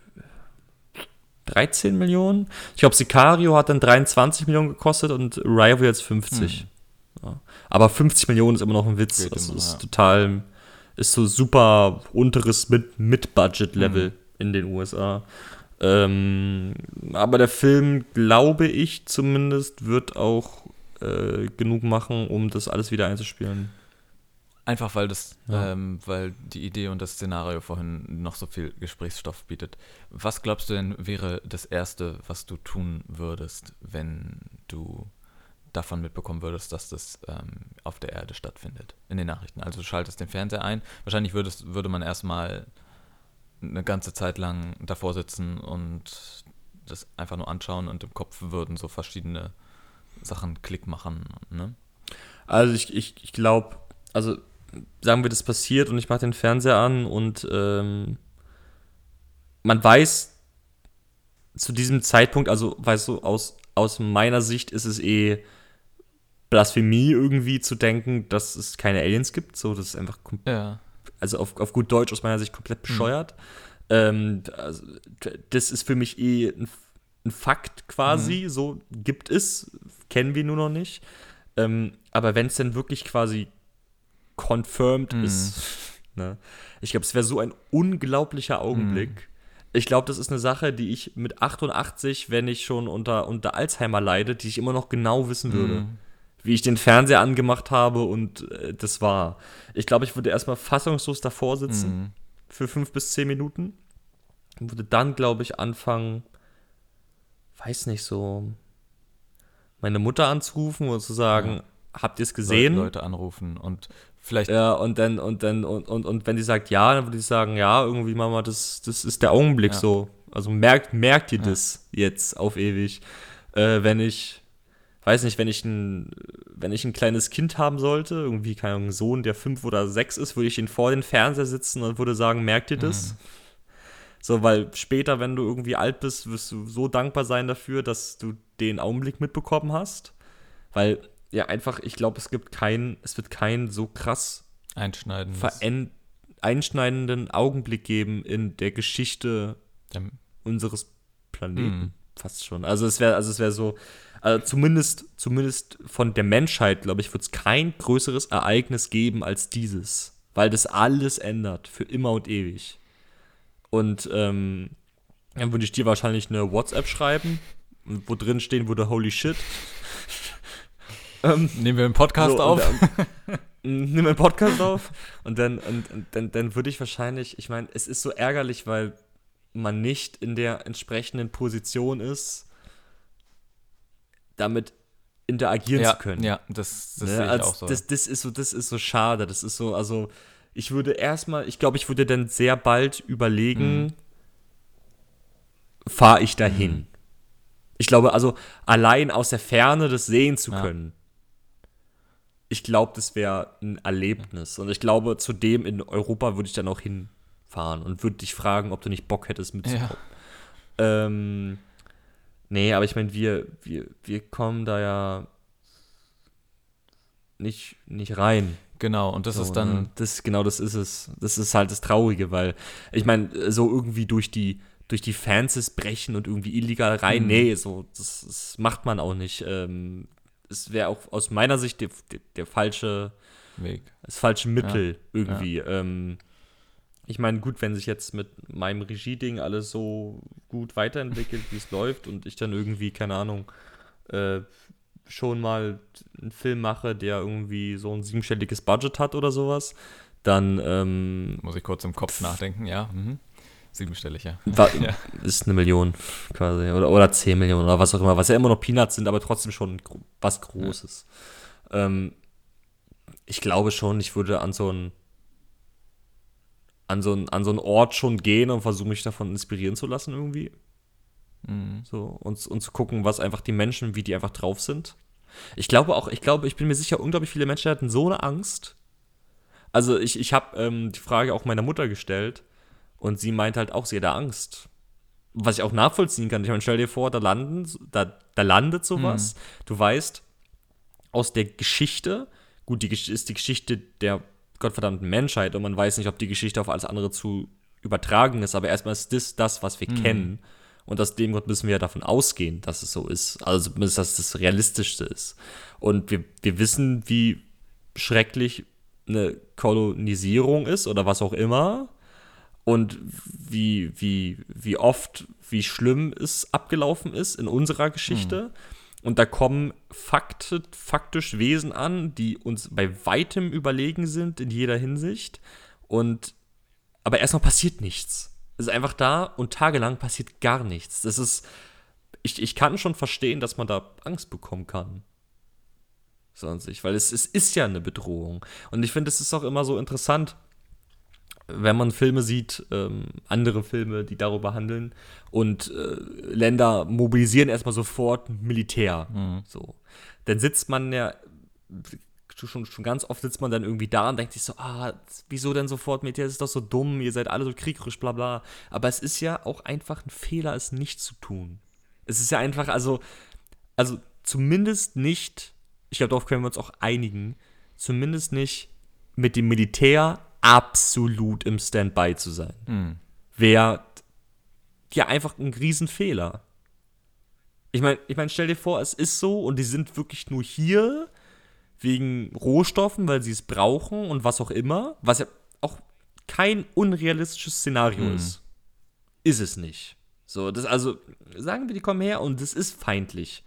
13 Millionen. Ich glaube, Sicario hat dann 23 Millionen gekostet und Arrival jetzt 50. Ja. Aber 50 Millionen ist immer noch ein Witz. Das ist so super unteres Mit-Budget-Level in den USA. Aber der Film, glaube ich zumindest, wird auch genug machen, um das alles wieder einzuspielen. Einfach weil die Idee und das Szenario vorhin noch so viel Gesprächsstoff bietet. Was glaubst du denn wäre das Erste, was du tun würdest, wenn du davon mitbekommen würdest, dass das auf der Erde stattfindet, in den Nachrichten? Also du schaltest den Fernseher ein, wahrscheinlich würde man erstmal eine ganze Zeit lang davor sitzen und das einfach nur anschauen und im Kopf würden so verschiedene Sachen Klick machen, ne? Also ich glaube, also sagen wir, das passiert und ich mache den Fernseher an und man weiß zu diesem Zeitpunkt, also weißt du, aus meiner Sicht ist es Blasphemie irgendwie zu denken, dass es keine Aliens gibt, so, das ist einfach also auf gut Deutsch aus meiner Sicht komplett bescheuert. Also, das ist für mich ein Fakt quasi, so gibt es, kennen wir nur noch nicht. Aber wenn es denn wirklich quasi confirmed ist, ne? Ich glaube, es wäre so ein unglaublicher Augenblick. Ich glaube, das ist eine Sache, die ich mit 88, wenn ich schon unter Alzheimer leide, die ich immer noch genau wissen würde. Wie ich den Fernseher angemacht habe und das war. Ich glaube, ich würde erstmal fassungslos davor sitzen für 5 bis 10 Minuten und würde dann, glaube ich, anfangen, weiß nicht, so meine Mutter anzurufen und zu sagen, habt ihr es gesehen? Leute anrufen und vielleicht. Ja, und wenn die sagt ja, dann würde ich sagen, ja, irgendwie Mama, das ist der Augenblick so. Also merkt ihr das jetzt auf ewig. Wenn ich ein kleines Kind haben sollte, irgendwie, keine Ahnung, ein Sohn, der 5 oder 6 ist, würde ich ihn vor den Fernseher sitzen und würde sagen, merkt ihr das? So, weil später, wenn du irgendwie alt bist, wirst du so dankbar sein dafür, dass du den Augenblick mitbekommen hast. Weil, ja, einfach, ich glaube, es wird keinen so krass einschneidenden Augenblick geben in der Geschichte unseres Planeten. Fast schon. Also es wäre so, zumindest von der Menschheit, glaube ich, wird es kein größeres Ereignis geben als dieses. Weil das alles ändert, für immer und ewig. Und dann würde ich dir wahrscheinlich eine WhatsApp schreiben, wo drin stehen würde, holy shit. Nehmen wir einen Podcast auf. Nehmen wir einen Podcast auf. Und dann würde ich wahrscheinlich, ich meine, es ist so ärgerlich, weil man nicht in der entsprechenden Position ist, damit interagieren zu können. Ja, das sehe ich auch so. Das ist so schade. Das ist so, also ich glaube, ich würde dann sehr bald überlegen, fahre ich dahin? Ich glaube, also allein aus der Ferne das sehen zu können, ich glaube, das wäre ein Erlebnis. Und ich glaube, zudem in Europa würde ich dann auch hinfahren und würde dich fragen, ob du nicht Bock hättest mitzukommen. Ja. Nee, aber ich meine, wir kommen da ja nicht rein. Genau, und das ist dann... Das ist es. Das ist halt das Traurige, weil, ich meine, so irgendwie durch die Fences brechen und irgendwie illegal rein, nee, so, das macht man auch nicht. Es wäre auch aus meiner Sicht der falsche Weg. Das falsche Mittel irgendwie. Ja. Ich meine, gut, wenn sich jetzt mit meinem Regie-Ding alles so gut weiterentwickelt, wie es läuft und ich dann irgendwie, keine Ahnung, schon mal einen Film mache, der irgendwie so ein 7-stelliges Budget hat oder sowas, dann muss ich kurz im Kopf nachdenken, ja. 7-stellig, ja. Ist 1 Million quasi oder 10 Millionen oder was auch immer, was ja immer noch Peanuts sind, aber trotzdem schon was Großes. Ja. Ich glaube schon, ich würde an so einen Ort schon gehen und versuche mich davon inspirieren zu lassen irgendwie. So, und zu gucken, was einfach die Menschen, wie die einfach drauf sind. Ich bin mir sicher, unglaublich viele Menschen hatten so eine Angst. Also ich habe die Frage auch meiner Mutter gestellt und sie meint halt auch, sie hätte Angst. Was ich auch nachvollziehen kann. Ich meine, stell dir vor, da landet sowas. Du weißt, aus der Geschichte, gut, ist die Geschichte der gottverdammten Menschheit und man weiß nicht, ob die Geschichte auf alles andere zu übertragen ist, aber erstmal ist das, was wir kennen. Und aus dem Grund müssen wir ja davon ausgehen, dass es so ist. Also zumindest, dass das Realistischste ist. Und wir wissen, wie schrecklich eine Kolonisierung ist oder was auch immer. Und wie oft, wie schlimm es abgelaufen ist in unserer Geschichte. Und da kommen faktisch Wesen an, die uns bei weitem überlegen sind in jeder Hinsicht. Aber erstmal passiert nichts. Es ist einfach da und tagelang passiert gar nichts. Das ist, ich kann schon verstehen, dass man da Angst bekommen kann. So an sich, weil es ist ja eine Bedrohung. Und ich finde, es ist auch immer so interessant, wenn man Filme sieht, andere Filme, die darüber handeln und Länder mobilisieren erstmal sofort Militär. So. Dann sitzt man ja schon ganz oft sitzt man dann irgendwie da und denkt sich so, wieso denn sofort Militär, das ist doch so dumm, ihr seid alle so kriegerisch, bla bla. Aber es ist ja auch einfach ein Fehler, es nicht zu tun. Es ist ja einfach, also zumindest nicht, ich glaube, darauf können wir uns auch einigen, zumindest nicht mit dem Militär absolut im Standby zu sein. Wäre ja einfach ein Riesenfehler. Ich meine, stell dir vor, es ist so und die sind wirklich nur hier wegen Rohstoffen, weil sie es brauchen und was auch immer, was ja auch kein unrealistisches Szenario ist. Ist es nicht. So, also sagen wir, die kommen her und das ist feindlich.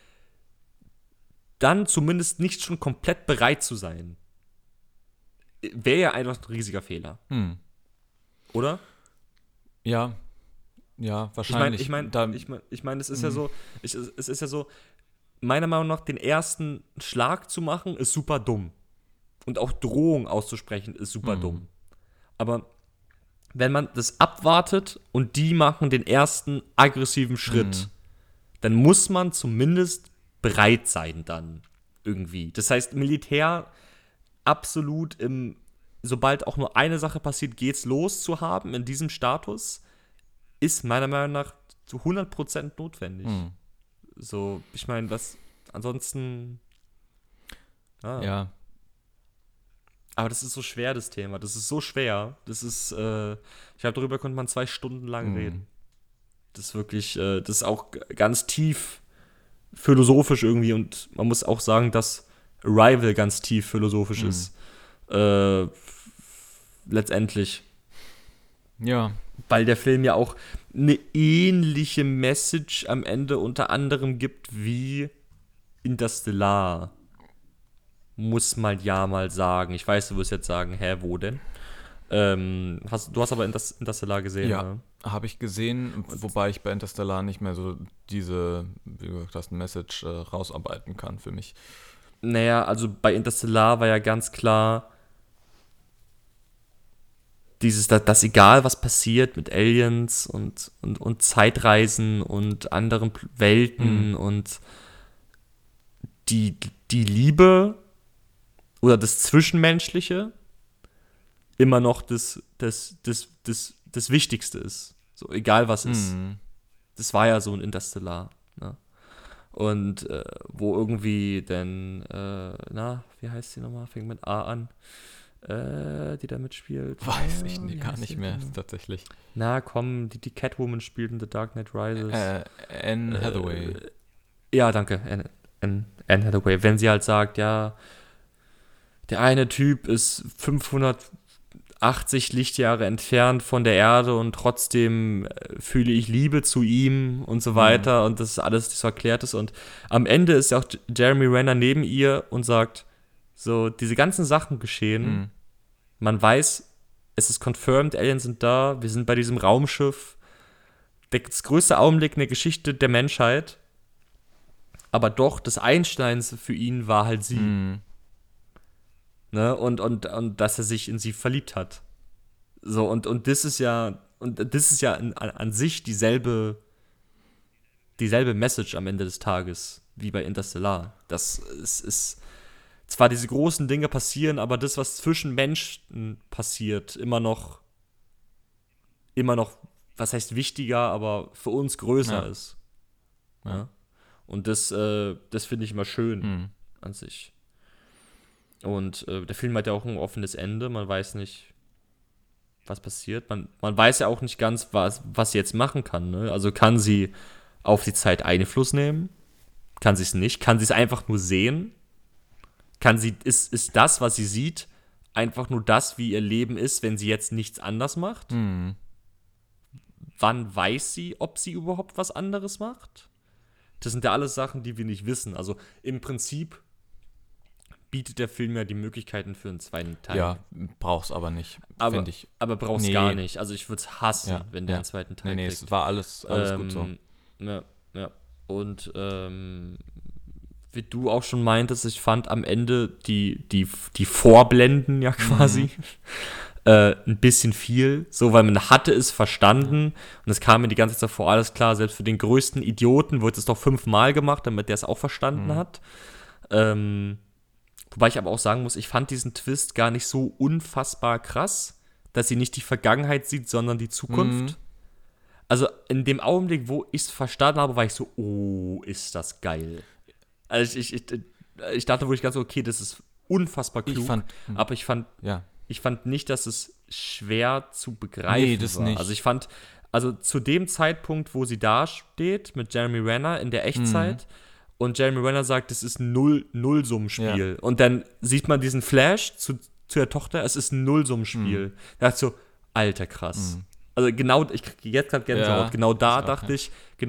Dann zumindest nicht schon komplett bereit zu sein. Wäre ja einfach ein riesiger Fehler. Oder? Ja, wahrscheinlich. Ich meine, es ist ja so, es ist ja so, meiner Meinung nach, den ersten Schlag zu machen, ist super dumm. Und auch Drohung auszusprechen, ist super dumm. Aber wenn man das abwartet und die machen den ersten aggressiven Schritt, dann muss man zumindest bereit sein dann irgendwie. Das heißt, Militär absolut sobald auch nur eine Sache passiert, geht's los zu haben in diesem Status, ist meiner Meinung nach zu 100% notwendig. Mhm. So, ich meine, was ansonsten. Ja. Aber das ist so schwer, das Thema. Das ist so schwer. Das ist, ich glaube, darüber konnte man 2 Stunden lang reden. Das ist wirklich, das ist auch ganz tief philosophisch irgendwie. Und man muss auch sagen, dass Arrival ganz tief philosophisch ist. Letztendlich. Ja. Weil der Film ja auch eine ähnliche Message am Ende unter anderem gibt wie Interstellar. Muss man ja mal sagen. Ich weiß, du wirst jetzt sagen, hä, wo denn? Du hast aber Interstellar gesehen, Ja, ne? habe ich gesehen, wobei ich bei Interstellar nicht mehr so diese, wie du gesagt hast, Message rausarbeiten kann für mich. Naja, also bei Interstellar war ja ganz klar dass egal was passiert mit Aliens und Zeitreisen und anderen Welten und die Liebe oder das Zwischenmenschliche immer noch das Wichtigste ist. So, egal was ist. Das war ja so ein Interstellar. Ne? Und wo irgendwie denn, wie heißt sie nochmal? Fängt mit A an. Die da mitspielt. Weiß ich gar nicht mehr, tatsächlich. Na komm, die Catwoman spielt in The Dark Knight Rises. Anne Hathaway. Ja, danke. Anne Hathaway. Wenn sie halt sagt, ja, der eine Typ ist 580 Lichtjahre entfernt von der Erde und trotzdem fühle ich Liebe zu ihm und so weiter und das alles so erklärt ist. Und am Ende ist ja auch Jeremy Renner neben ihr und sagt, so, diese ganzen Sachen geschehen. Man weiß, es ist confirmed, Aliens sind da, wir sind bei diesem Raumschiff. Das größte Augenblick in der Geschichte der Menschheit. Aber doch, das Einschneidendste für ihn war halt sie. Ne? Und dass er sich in sie verliebt hat. So, und das ist ja an sich dieselbe Message am Ende des Tages, wie bei Interstellar. Das ist zwar diese großen Dinge passieren, aber das, was zwischen Menschen passiert, immer noch, was heißt wichtiger, aber für uns größer ist. Ja? Und das finde ich immer schön an sich. Und der Film hat ja auch ein offenes Ende. Man weiß nicht, was passiert. Man weiß ja auch nicht ganz, was sie jetzt machen kann. Ne? Also kann sie auf die Zeit Einfluss nehmen? Kann sie es nicht? Kann sie es einfach nur sehen? Ist das, was sie sieht, einfach nur das, wie ihr Leben ist, wenn sie jetzt nichts anders macht? Wann weiß sie, ob sie überhaupt was anderes macht? Das sind ja alles Sachen, die wir nicht wissen. Also im Prinzip bietet der Film ja die Möglichkeiten für einen zweiten Teil. Ja, brauch's aber nicht, finde ich. Aber brauch's gar nicht. Also ich würde es hassen, wenn der einen zweiten Teil kriegt. Es war alles gut so. Ja. Und wie du auch schon meintest, ich fand am Ende die Vorblenden ja quasi ein bisschen viel, so, weil man hatte es verstanden und es kam mir die ganze Zeit vor, alles klar, selbst für den größten Idioten wird es doch 5-mal gemacht, damit der es auch verstanden hat. Wobei ich aber auch sagen muss, ich fand diesen Twist gar nicht so unfassbar krass, dass sie nicht die Vergangenheit sieht, sondern die Zukunft. Also in dem Augenblick, wo ich es verstanden habe, war ich so, oh, ist das geil. Also ich dachte wirklich ganz so, okay, das ist unfassbar klug, aber ich fand nicht, dass es schwer zu begreifen das war. nicht. Also ich fand, zu dem Zeitpunkt, wo sie da steht mit Jeremy Renner in der Echtzeit und Jeremy Renner sagt, es ist ein Nullsummenspiel. Und dann sieht man diesen Flash zu der Tochter, es ist ein Nullsummenspiel. Da dachte ich so, alter, krass. Also genau, ich kriege jetzt gerade Gänsehaut. Genau da dachte ich,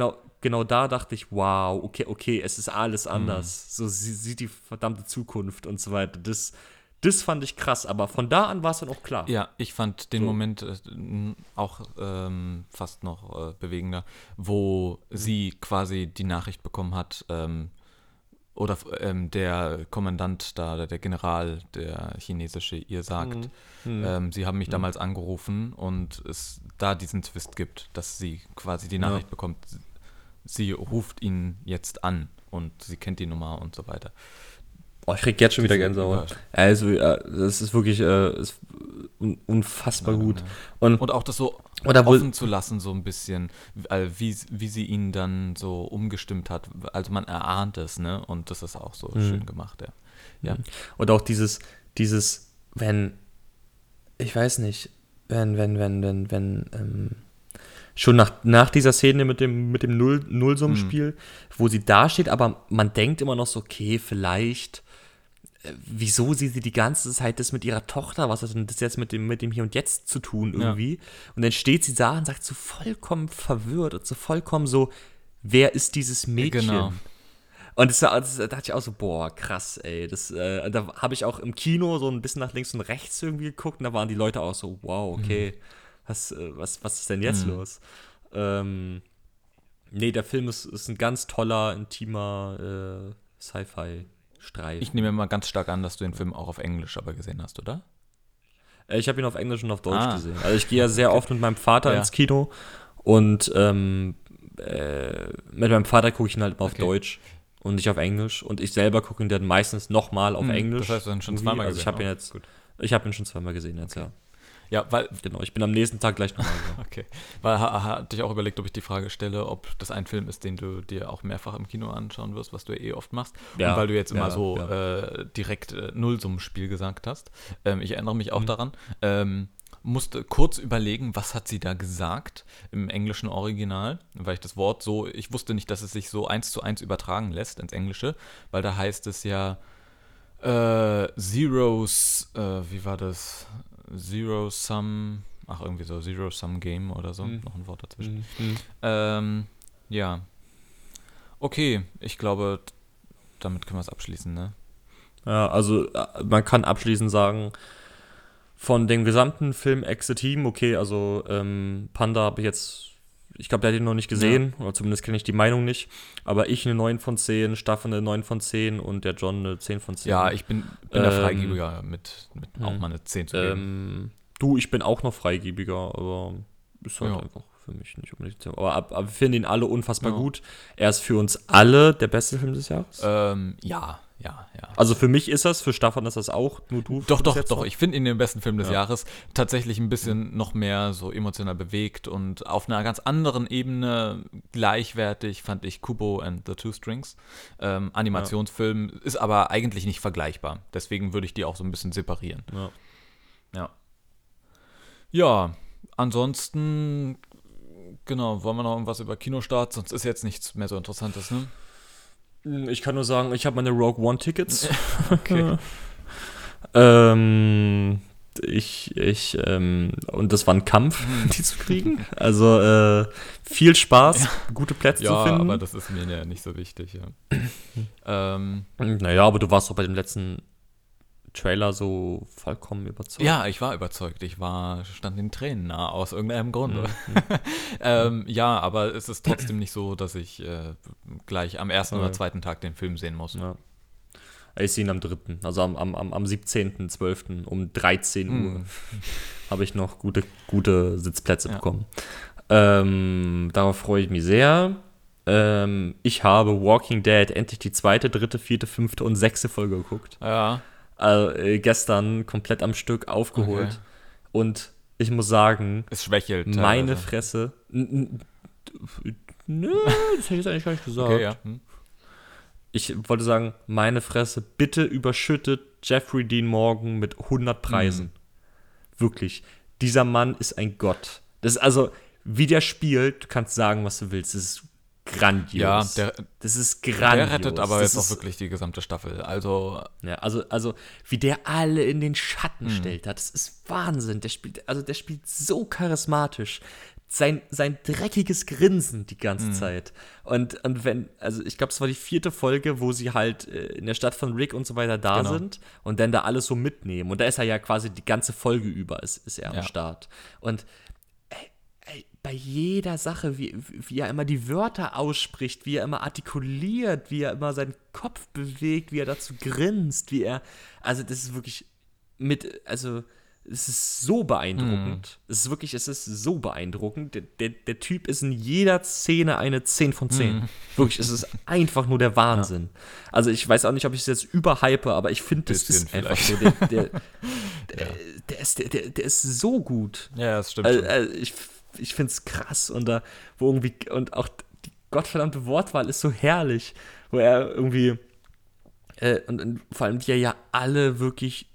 wow, okay, es ist alles anders. So, sie sieht die verdammte Zukunft und so weiter. Das fand ich krass, aber von da an war es dann auch klar. Ja, ich fand den Moment auch fast noch bewegender, wo sie quasi die Nachricht bekommen hat, oder der Kommandant da, der General, der chinesische, ihr sagt, sie haben mich damals angerufen und es da diesen Twist gibt, dass sie quasi die Nachricht bekommt, sie ruft ihn jetzt an und sie kennt die Nummer und so weiter. Oh, ich krieg jetzt schon wieder Gänsehaut. Also, das ist wirklich, unfassbar gut. Ja. Und auch das so oder offen zu lassen, so ein bisschen, wie sie ihn dann so umgestimmt hat. Also man erahnt es, ne? Und das ist auch so schön gemacht, ja. Und auch dieses, wenn, ich weiß nicht, schon nach dieser Szene mit dem Nullsummenspiel, wo sie da steht, aber man denkt immer noch so, okay, vielleicht, wieso sie die ganze Zeit das mit ihrer Tochter, was hat denn das jetzt mit dem Hier und Jetzt zu tun irgendwie? Ja. Und dann steht sie da und sagt so vollkommen verwirrt und so vollkommen so, wer ist dieses Mädchen? Genau. Und da dachte ich auch so, boah, krass, ey. Da habe ich auch im Kino so ein bisschen nach links und rechts irgendwie geguckt und da waren die Leute auch so, wow, okay, was ist denn jetzt los? Nee, der Film ist ein ganz toller, intimer Sci-Fi-Streifen. Ich nehme mal ganz stark an, dass du den Film auch auf Englisch aber gesehen hast, oder? Ich habe ihn auf Englisch und auf Deutsch gesehen. Also ich gehe ja sehr oft mit meinem Vater ins Kino und mit meinem Vater gucke ich ihn halt mal auf Deutsch. Und nicht auf Englisch. Und ich selber gucke ihn dann meistens nochmal auf Englisch. Das heißt, du hast ihn schon zweimal gesehen. Ich habe ihn schon zweimal gesehen jetzt, ja. Ja, weil... Genau, ich bin am nächsten Tag gleich nochmal. Okay. Weil hatte ich auch überlegt, ob ich die Frage stelle, ob das ein Film ist, den du dir auch mehrfach im Kino anschauen wirst, was du oft machst. Ja, und weil du jetzt immer direkt Nullsummenspiel gesagt hast. Ich erinnere mich auch daran. Musste kurz überlegen, was hat sie da gesagt im englischen Original, weil ich das Wort ich wusste nicht, dass es sich so 1:1 übertragen lässt ins Englische, weil da heißt es ja Zeros, wie war das? Zero-Sum, irgendwie so, Zero-Sum-Game oder so, noch ein Wort dazwischen. Ja. Okay, ich glaube, damit können wir es abschließen, ne? Ja, also man kann abschließend sagen, von dem gesamten Film Exit-Team, okay, also Panda habe ich glaube, der hat ihn noch nicht gesehen, oder zumindest kenne ich die Meinung nicht, aber ich eine 9 von 10, Staffel eine 9 von 10 und der John eine 10 von 10. Ja, ich bin der Freigebiger mit auch mal eine 10 zu geben. Ich bin auch noch freigebiger, aber ist halt einfach für mich nicht unbedingt. Aber wir finden ihn alle unfassbar gut. Er ist für uns alle der beste Film des Jahres. Ja. Also für mich ist das, für Stefan ist das auch, nur du. Doch. Ich finde ihn den besten Film des Jahres. Tatsächlich ein bisschen noch mehr so emotional bewegt und auf einer ganz anderen Ebene gleichwertig fand ich Kubo and the Two Strings. Animationsfilm ist aber eigentlich nicht vergleichbar. Deswegen würde ich die auch so ein bisschen separieren. Ja, ansonsten, genau, wollen wir noch irgendwas über Kinostart? Sonst ist jetzt nichts mehr so Interessantes, ne? Ich kann nur sagen, ich habe meine Rogue One-Tickets. Okay. Und das war ein Kampf, die zu kriegen. Also viel Spaß, gute Plätze zu finden. Ja, aber das ist mir ja nicht so wichtig, ja. Naja, aber du warst doch bei dem letzten Trailer so vollkommen überzeugt. Ja, ich war überzeugt. Stand den Tränen nah, aus irgendeinem Grund. Ja, aber es ist trotzdem nicht so, dass ich gleich am ersten oder zweiten Tag den Film sehen muss. Ja. Ich sehe ihn am 3., also am 17.12. um 13 Uhr habe ich noch gute Sitzplätze bekommen. Darauf freue ich mich sehr. Ich habe Walking Dead endlich die 2., 3., 4., 5. und 6. Folge geguckt. Ja. Gestern komplett am Stück aufgeholt. Okay. Und ich muss sagen, es schwächelt. Meine Fresse. Nö, das hätte ich jetzt eigentlich gar nicht gesagt. Okay, ja. Ich wollte sagen, meine Fresse, bitte überschüttet Jeffrey Dean Morgan mit 100 Preisen. Wirklich. Dieser Mann ist ein Gott. Das ist also, wie der spielt, du kannst sagen, was du willst. Das ist grandios. Ja, das ist grandios. Der rettet aber jetzt auch wirklich die gesamte Staffel. Also, ja, also wie der alle in den Schatten stellt hat, das ist Wahnsinn. Der spielt so charismatisch. Sein dreckiges Grinsen die ganze Zeit. Und ich glaube, es war die 4. Folge, wo sie halt in der Stadt von Rick und so weiter da sind und dann da alles so mitnehmen. Und da ist er ja quasi die ganze Folge über, ist er am Start. Und bei jeder Sache, wie er immer die Wörter ausspricht, wie er immer artikuliert, wie er immer seinen Kopf bewegt, wie er dazu grinst, also das ist wirklich es ist so beeindruckend. Es ist so beeindruckend. Der Typ ist in jeder Szene eine 10 von 10. Wirklich, es ist einfach nur der Wahnsinn. Ja. Also ich weiß auch nicht, ob ich es jetzt überhype, aber ich finde, das ist einfach so. Der der ist so gut. Ja, das stimmt schon. Ich finde es krass und da, wo irgendwie, und auch die gottverdammte Wortwahl ist so herrlich, wo er irgendwie, und vor allem, wie er ja alle wirklich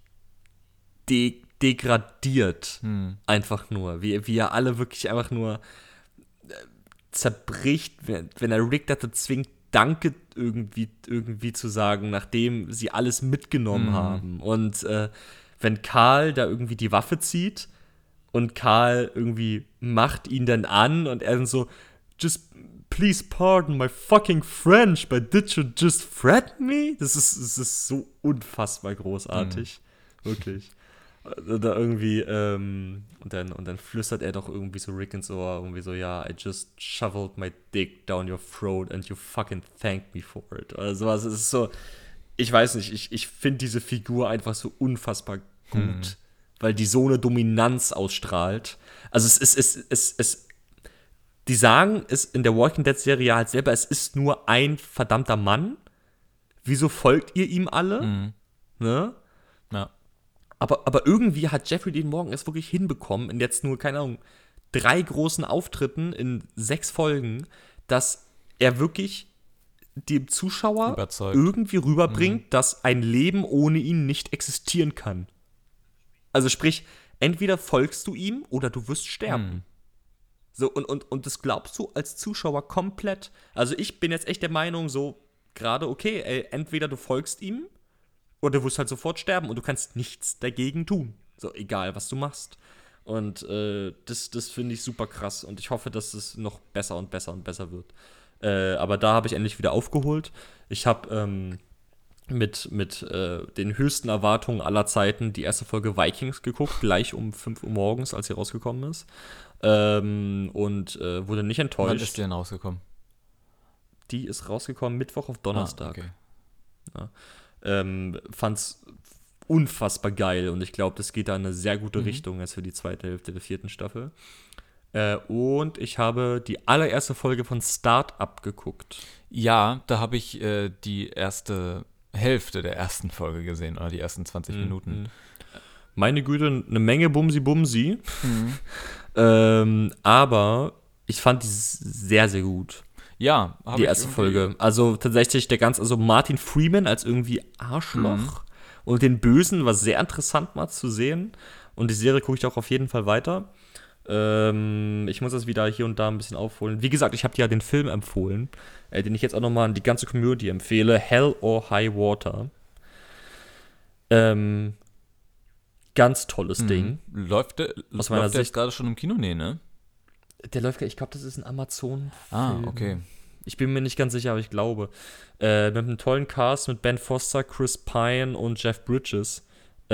degradiert, einfach nur, wie er alle wirklich einfach nur zerbricht, wenn er Rick dazu zwingt, Danke irgendwie zu sagen, nachdem sie alles mitgenommen haben. Und wenn Karl da irgendwie die Waffe zieht und Karl irgendwie macht ihn dann an und er dann so, just please pardon my fucking French, but did you just threaten me? Das ist so unfassbar großartig. Wirklich. Da irgendwie, und dann flüstert er doch irgendwie so Rick ins Ohr, irgendwie so, ja, I just shoveled my dick down your throat and you fucking thanked me for it. Oder sowas. Es ist so, ich weiß nicht, ich finde diese Figur einfach so unfassbar gut, weil die so eine Dominanz ausstrahlt. Also die sagen es in der Walking Dead Serie halt selber, es ist nur ein verdammter Mann. Wieso folgt ihr ihm alle? Ne? Ja. Aber irgendwie hat Jeffrey Dean Morgan es wirklich hinbekommen, in jetzt nur, keine Ahnung, 3 großen Auftritten in 6 Folgen, dass er wirklich dem Zuschauer irgendwie rüberbringt, dass ein Leben ohne ihn nicht existieren kann. Also sprich, entweder folgst du ihm oder du wirst sterben. So, und das glaubst du als Zuschauer komplett. Also ich bin jetzt echt der Meinung, so gerade, okay, ey, entweder du folgst ihm oder du wirst halt sofort sterben und du kannst nichts dagegen tun. So, egal, was du machst. Und das finde ich super krass. Und ich hoffe, dass es noch besser und besser und besser wird. Aber da habe ich endlich wieder aufgeholt. Ich habe mit den höchsten Erwartungen aller Zeiten die erste Folge Vikings geguckt, gleich um 5 Uhr morgens, als sie rausgekommen ist. Und wurde nicht enttäuscht. Wann ist die denn rausgekommen? Die ist rausgekommen Mittwoch auf Donnerstag. Okay. Ja. Fand's unfassbar geil und ich glaube, das geht da in eine sehr gute Richtung jetzt für die zweite Hälfte der 4. Staffel. Und ich habe die allererste Folge von Start-up geguckt. Ja, da habe ich die erste Hälfte der ersten Folge gesehen, oder die ersten 20 Minuten. Meine Güte, eine Menge Bumsi-Bumsi. Aber ich fand die sehr, sehr gut. Ja, die erste Folge. Also tatsächlich also Martin Freeman als irgendwie Arschloch und den Bösen war sehr interessant mal zu sehen. Und die Serie gucke ich auch auf jeden Fall weiter. Ich muss das wieder hier und da ein bisschen aufholen. Wie gesagt, ich habe dir ja den Film empfohlen, den ich jetzt auch nochmal an die ganze Community empfehle. Hell or High Water. Ganz tolles Ding. Läuft der jetzt gerade schon im Kino? Nee, ne? Der läuft, ich glaube, das ist ein Amazon-Film. Ah, okay. Ich bin mir nicht ganz sicher, aber ich glaube. Mit einem tollen Cast mit Ben Foster, Chris Pine und Jeff Bridges.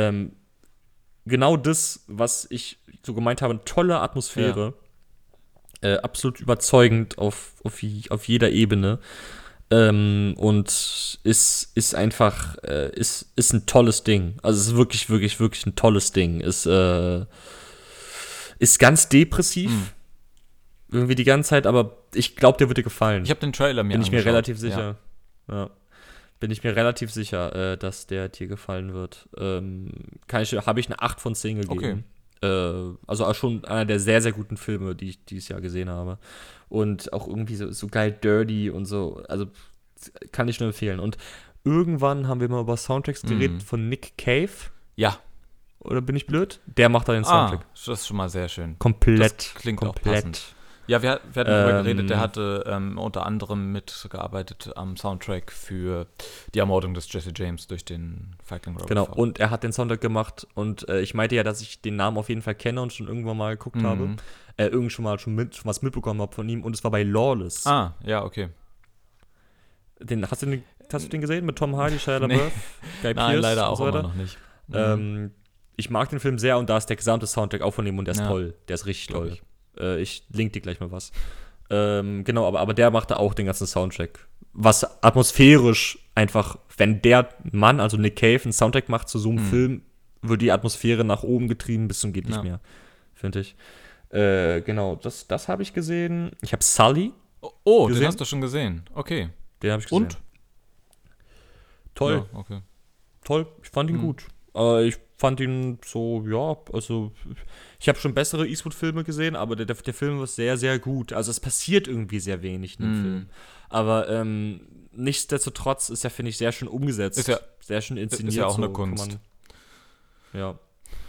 Genau das, was ich so gemeint habe, tolle Atmosphäre. Ja. Absolut überzeugend auf jeder Ebene. Und ist einfach, ist ein tolles Ding. Also es ist wirklich, wirklich, wirklich ein tolles Ding. Ist ganz depressiv. Irgendwie die ganze Zeit, aber ich glaube, der wird dir gefallen. Ich habe den Trailer mir angeschaut. Bin ich mir relativ sicher. Ja. Bin ich mir relativ sicher, dass der dir gefallen wird. Habe ich eine 8 von 10 gegeben. Okay. Also auch schon einer der sehr, sehr guten Filme, die ich dieses Jahr gesehen habe. Und auch irgendwie so geil dirty und so. Also kann ich nur empfehlen. Und irgendwann haben wir mal über Soundtracks geredet von Nick Cave. Ja. Oder bin ich blöd? Der macht da den Soundtrack. Das ist schon mal sehr schön. Komplett. Das klingt auch passend. Ja, wir hatten darüber geredet, der hatte unter anderem mitgearbeitet am Soundtrack für die Ermordung des Jesse James durch den Feigling Robert Genau, Ford. und er hat den Soundtrack gemacht und ich meinte ja, dass ich den Namen auf jeden Fall kenne und schon irgendwann mal geguckt habe. Schon was mitbekommen habe von ihm und es war bei Lawless. Ah, ja, okay. Hast du den gesehen mit Tom Hardy, Shia LaBeouf, Guy Pearce? Nein, leider auch so immer noch nicht. Ich mag den Film sehr und da ist der gesamte Soundtrack auch von ihm und der ist toll. Der ist richtig toll. Ich link dir gleich mal was. Genau, aber der machte auch den ganzen Soundtrack. Was atmosphärisch einfach, wenn der Mann, also Nick Cave, einen Soundtrack macht zu so einem Film, wird die Atmosphäre nach oben getrieben bis zum geht nicht mehr, finde ich. Genau, das habe ich gesehen. Ich habe Sully gesehen. Den hast du schon gesehen. Okay. Den habe ich gesehen. Und? Toll. Ja, okay. Toll, ich fand ihn gut. fand ihn so, ja, also ich habe schon bessere Eastwood-Filme gesehen, aber der Film war sehr, sehr gut. Also es passiert irgendwie sehr wenig in dem Film. Aber nichtsdestotrotz ist er, finde ich, sehr schön umgesetzt. Sehr schön inszeniert. Ist ja auch so, eine Kunst. Ja.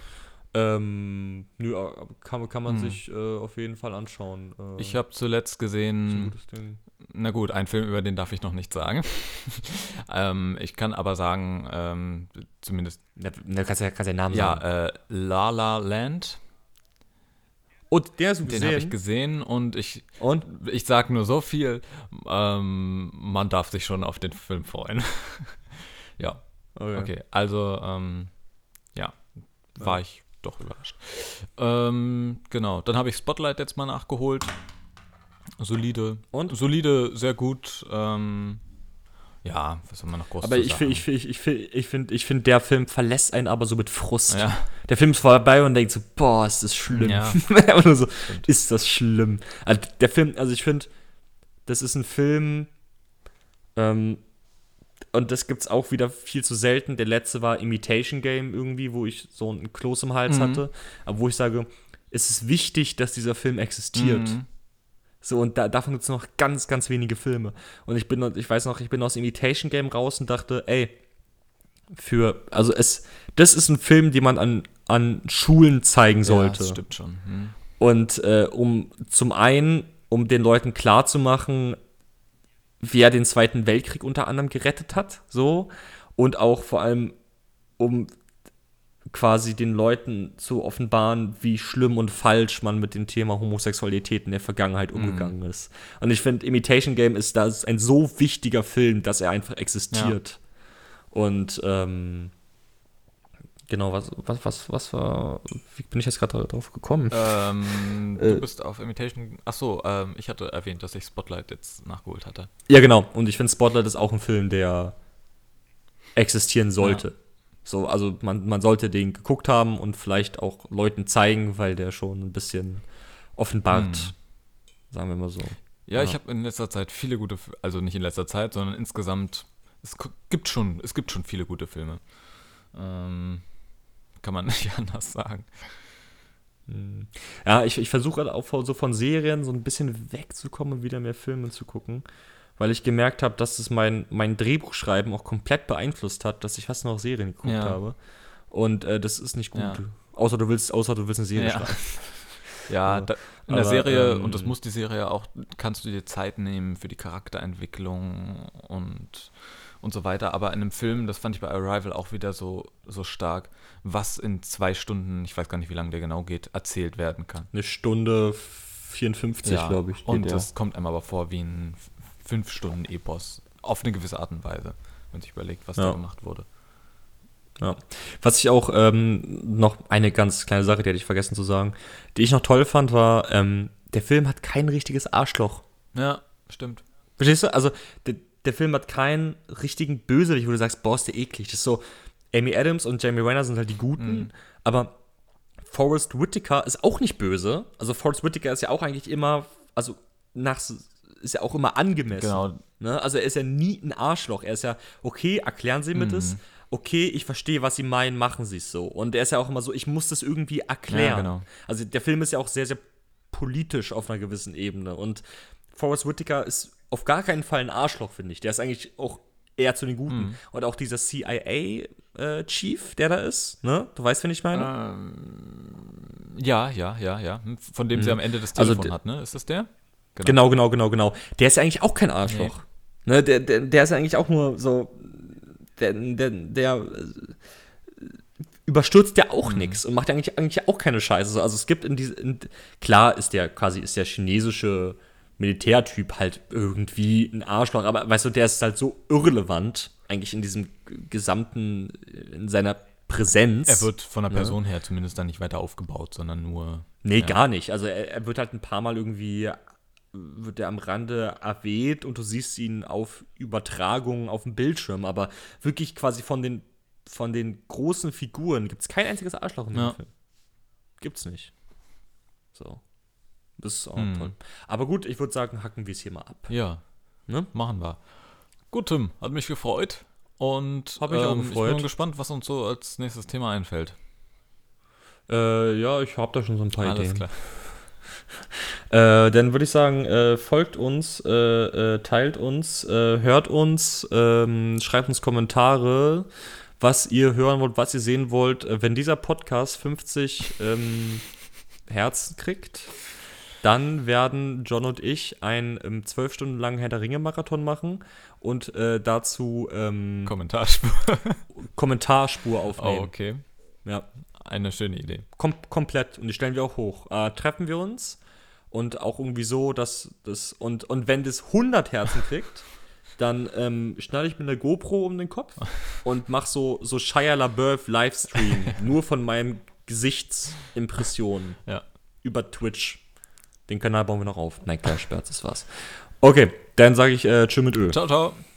Nö, kann man sich auf jeden Fall anschauen. Ich habe zuletzt gesehen, na gut, ein Film, über den darf ich noch nicht sagen. Ich kann aber sagen, zumindest. Kannst ja den Namen sagen. Ja, La La Land. Und den hast du gesehen? Den habe ich gesehen und ich sag nur so viel, man darf sich schon auf den Film freuen. Ja. Okay. Also, ja, war ich doch überrascht. Genau, dann habe ich Spotlight jetzt mal nachgeholt. Solide. Und? Solide, sehr gut. Ja, was soll man noch groß aber zu sagen? Ich finde, der Film verlässt einen aber so mit Frust. Ja. Der Film ist vorbei und denkt so, boah, ist das schlimm. Ja. Einfach nur so, ist das schlimm. Also der Film, also ich finde, das ist ein Film, und das gibt's auch wieder viel zu selten. Der letzte war Imitation Game irgendwie, wo ich so einen Kloß im Hals hatte. Aber wo ich sage, es ist wichtig, dass dieser Film existiert. So, und davon gibt es noch ganz, ganz wenige Filme. Und ich bin aus Imitation Game raus und dachte, ey, das ist ein Film, den man an Schulen zeigen sollte. Ja, das stimmt schon. Und um den Leuten klarzumachen, wer den Zweiten Weltkrieg unter anderem gerettet hat, so, und auch vor allem, um quasi den Leuten zu offenbaren, wie schlimm und falsch man mit dem Thema Homosexualität in der Vergangenheit umgegangen ist. Und ich finde, Imitation Game ist ein so wichtiger Film, dass er einfach existiert. Ja. Und genau, was war, wie bin ich jetzt gerade drauf gekommen? Du bist auf Imitation, achso, ich hatte erwähnt, dass ich Spotlight jetzt nachgeholt hatte. Ja, genau, und ich finde, Spotlight ist auch ein Film, der existieren sollte. Ja. So, also man sollte den geguckt haben und vielleicht auch Leuten zeigen, weil der schon ein bisschen offenbart, sagen wir mal so. Ja, ich habe in letzter Zeit viele gute, also nicht in letzter Zeit, sondern insgesamt, es gibt schon viele gute Filme. Kann man nicht anders sagen. Ja, ich versuche halt auch so von Serien so ein bisschen wegzukommen und wieder mehr Filme zu gucken, weil ich gemerkt habe, dass es mein Drehbuchschreiben auch komplett beeinflusst hat, dass ich fast noch Serien geguckt habe. Und das ist nicht gut. Ja. Außer du willst eine Serie schreiben. Ja, in der Serie, und das muss die Serie auch, kannst du dir Zeit nehmen für die Charakterentwicklung und so weiter. Aber in einem Film, das fand ich bei Arrival auch wieder so stark, was in 2 Stunden, ich weiß gar nicht, wie lange der genau geht, erzählt werden kann. 1:54, glaube ich. Und das kommt einem aber vor wie ein 5-Stunden-Epos. Auf eine gewisse Art und Weise, wenn man sich überlegt, was da gemacht wurde. Ja. Was ich auch noch eine ganz kleine Sache, die hatte ich vergessen zu sagen, die ich noch toll fand, war, der Film hat kein richtiges Arschloch. Ja, stimmt. Verstehst du? Also, der Film hat keinen richtigen Bösewicht, wo du sagst, boah, ist der eklig. Das ist so, Amy Adams und Jeremy Renner sind halt die Guten, aber Forrest Whitaker ist auch nicht böse. Also, Forrest Whitaker ist ja auch eigentlich immer, also, ist ja auch immer angemessen. Genau. Ne? Also, er ist ja nie ein Arschloch. Er ist ja, okay, erklären Sie mir das. Okay, ich verstehe, was Sie meinen, machen Sie es so. Und er ist ja auch immer so, ich muss das irgendwie erklären. Ja, genau. Also der Film ist ja auch sehr, sehr politisch auf einer gewissen Ebene. Und Forrest Whitaker ist auf gar keinen Fall ein Arschloch, finde ich. Der ist eigentlich auch eher zu den Guten. Und auch dieser CIA-Chief, der da ist, ne? Du weißt, wen ich meine? Ja. Von dem sie am Ende das Telefon hat, ne? Ist das der? Genau. Der ist ja eigentlich auch kein Arschloch. Nee. Ne? Der ist ja eigentlich auch nur so... Der überstürzt ja auch nichts und macht ja eigentlich auch keine Scheiße. Also es gibt klar ist der chinesische Militärtyp halt irgendwie ein Arschloch, aber weißt du, der ist halt so irrelevant eigentlich in diesem gesamten, in seiner Präsenz. Er wird von der Person her zumindest dann nicht weiter aufgebaut, sondern nur... Nee, gar nicht. Also er wird halt ein paar Mal irgendwie... wird er am Rande erwähnt und du siehst ihn auf Übertragungen auf dem Bildschirm, aber wirklich quasi von den großen Figuren gibt es kein einziges Arschloch in dem Film. Gibt's nicht. So. Das ist auch toll. Aber gut, ich würde sagen, hacken wir es hier mal ab. Ja, ne? Machen wir. Gut, Tim, hat mich gefreut. Und Hab mich auch gefreut. Ich bin gespannt, was uns so als nächstes Thema einfällt. Ja, ich habe da schon so ein paar Alles Ideen. klar. Dann würde ich sagen, folgt uns, teilt uns, hört uns, schreibt uns Kommentare, was ihr hören wollt, was ihr sehen wollt. Wenn dieser Podcast 50 Herzen kriegt, dann werden John und ich einen 12 Stunden langen Herr der Ringe-Marathon machen und dazu Kommentarspur aufnehmen. Oh, okay. Ja. Eine schöne Idee. Komplett. Und die stellen wir auch hoch. Treffen wir uns und auch irgendwie so, dass das. Und wenn das 100 Herzen kriegt, dann schneide ich mir eine GoPro um den Kopf und mach so Shia LaBeouf Livestream. Nur von meinen Gesichtsimpressionen. Ja. Über Twitch. Den Kanal bauen wir noch auf. Nein, klar, Sperz, das war's. Okay, dann sage ich Tschüss mit Öl. Ciao, ciao.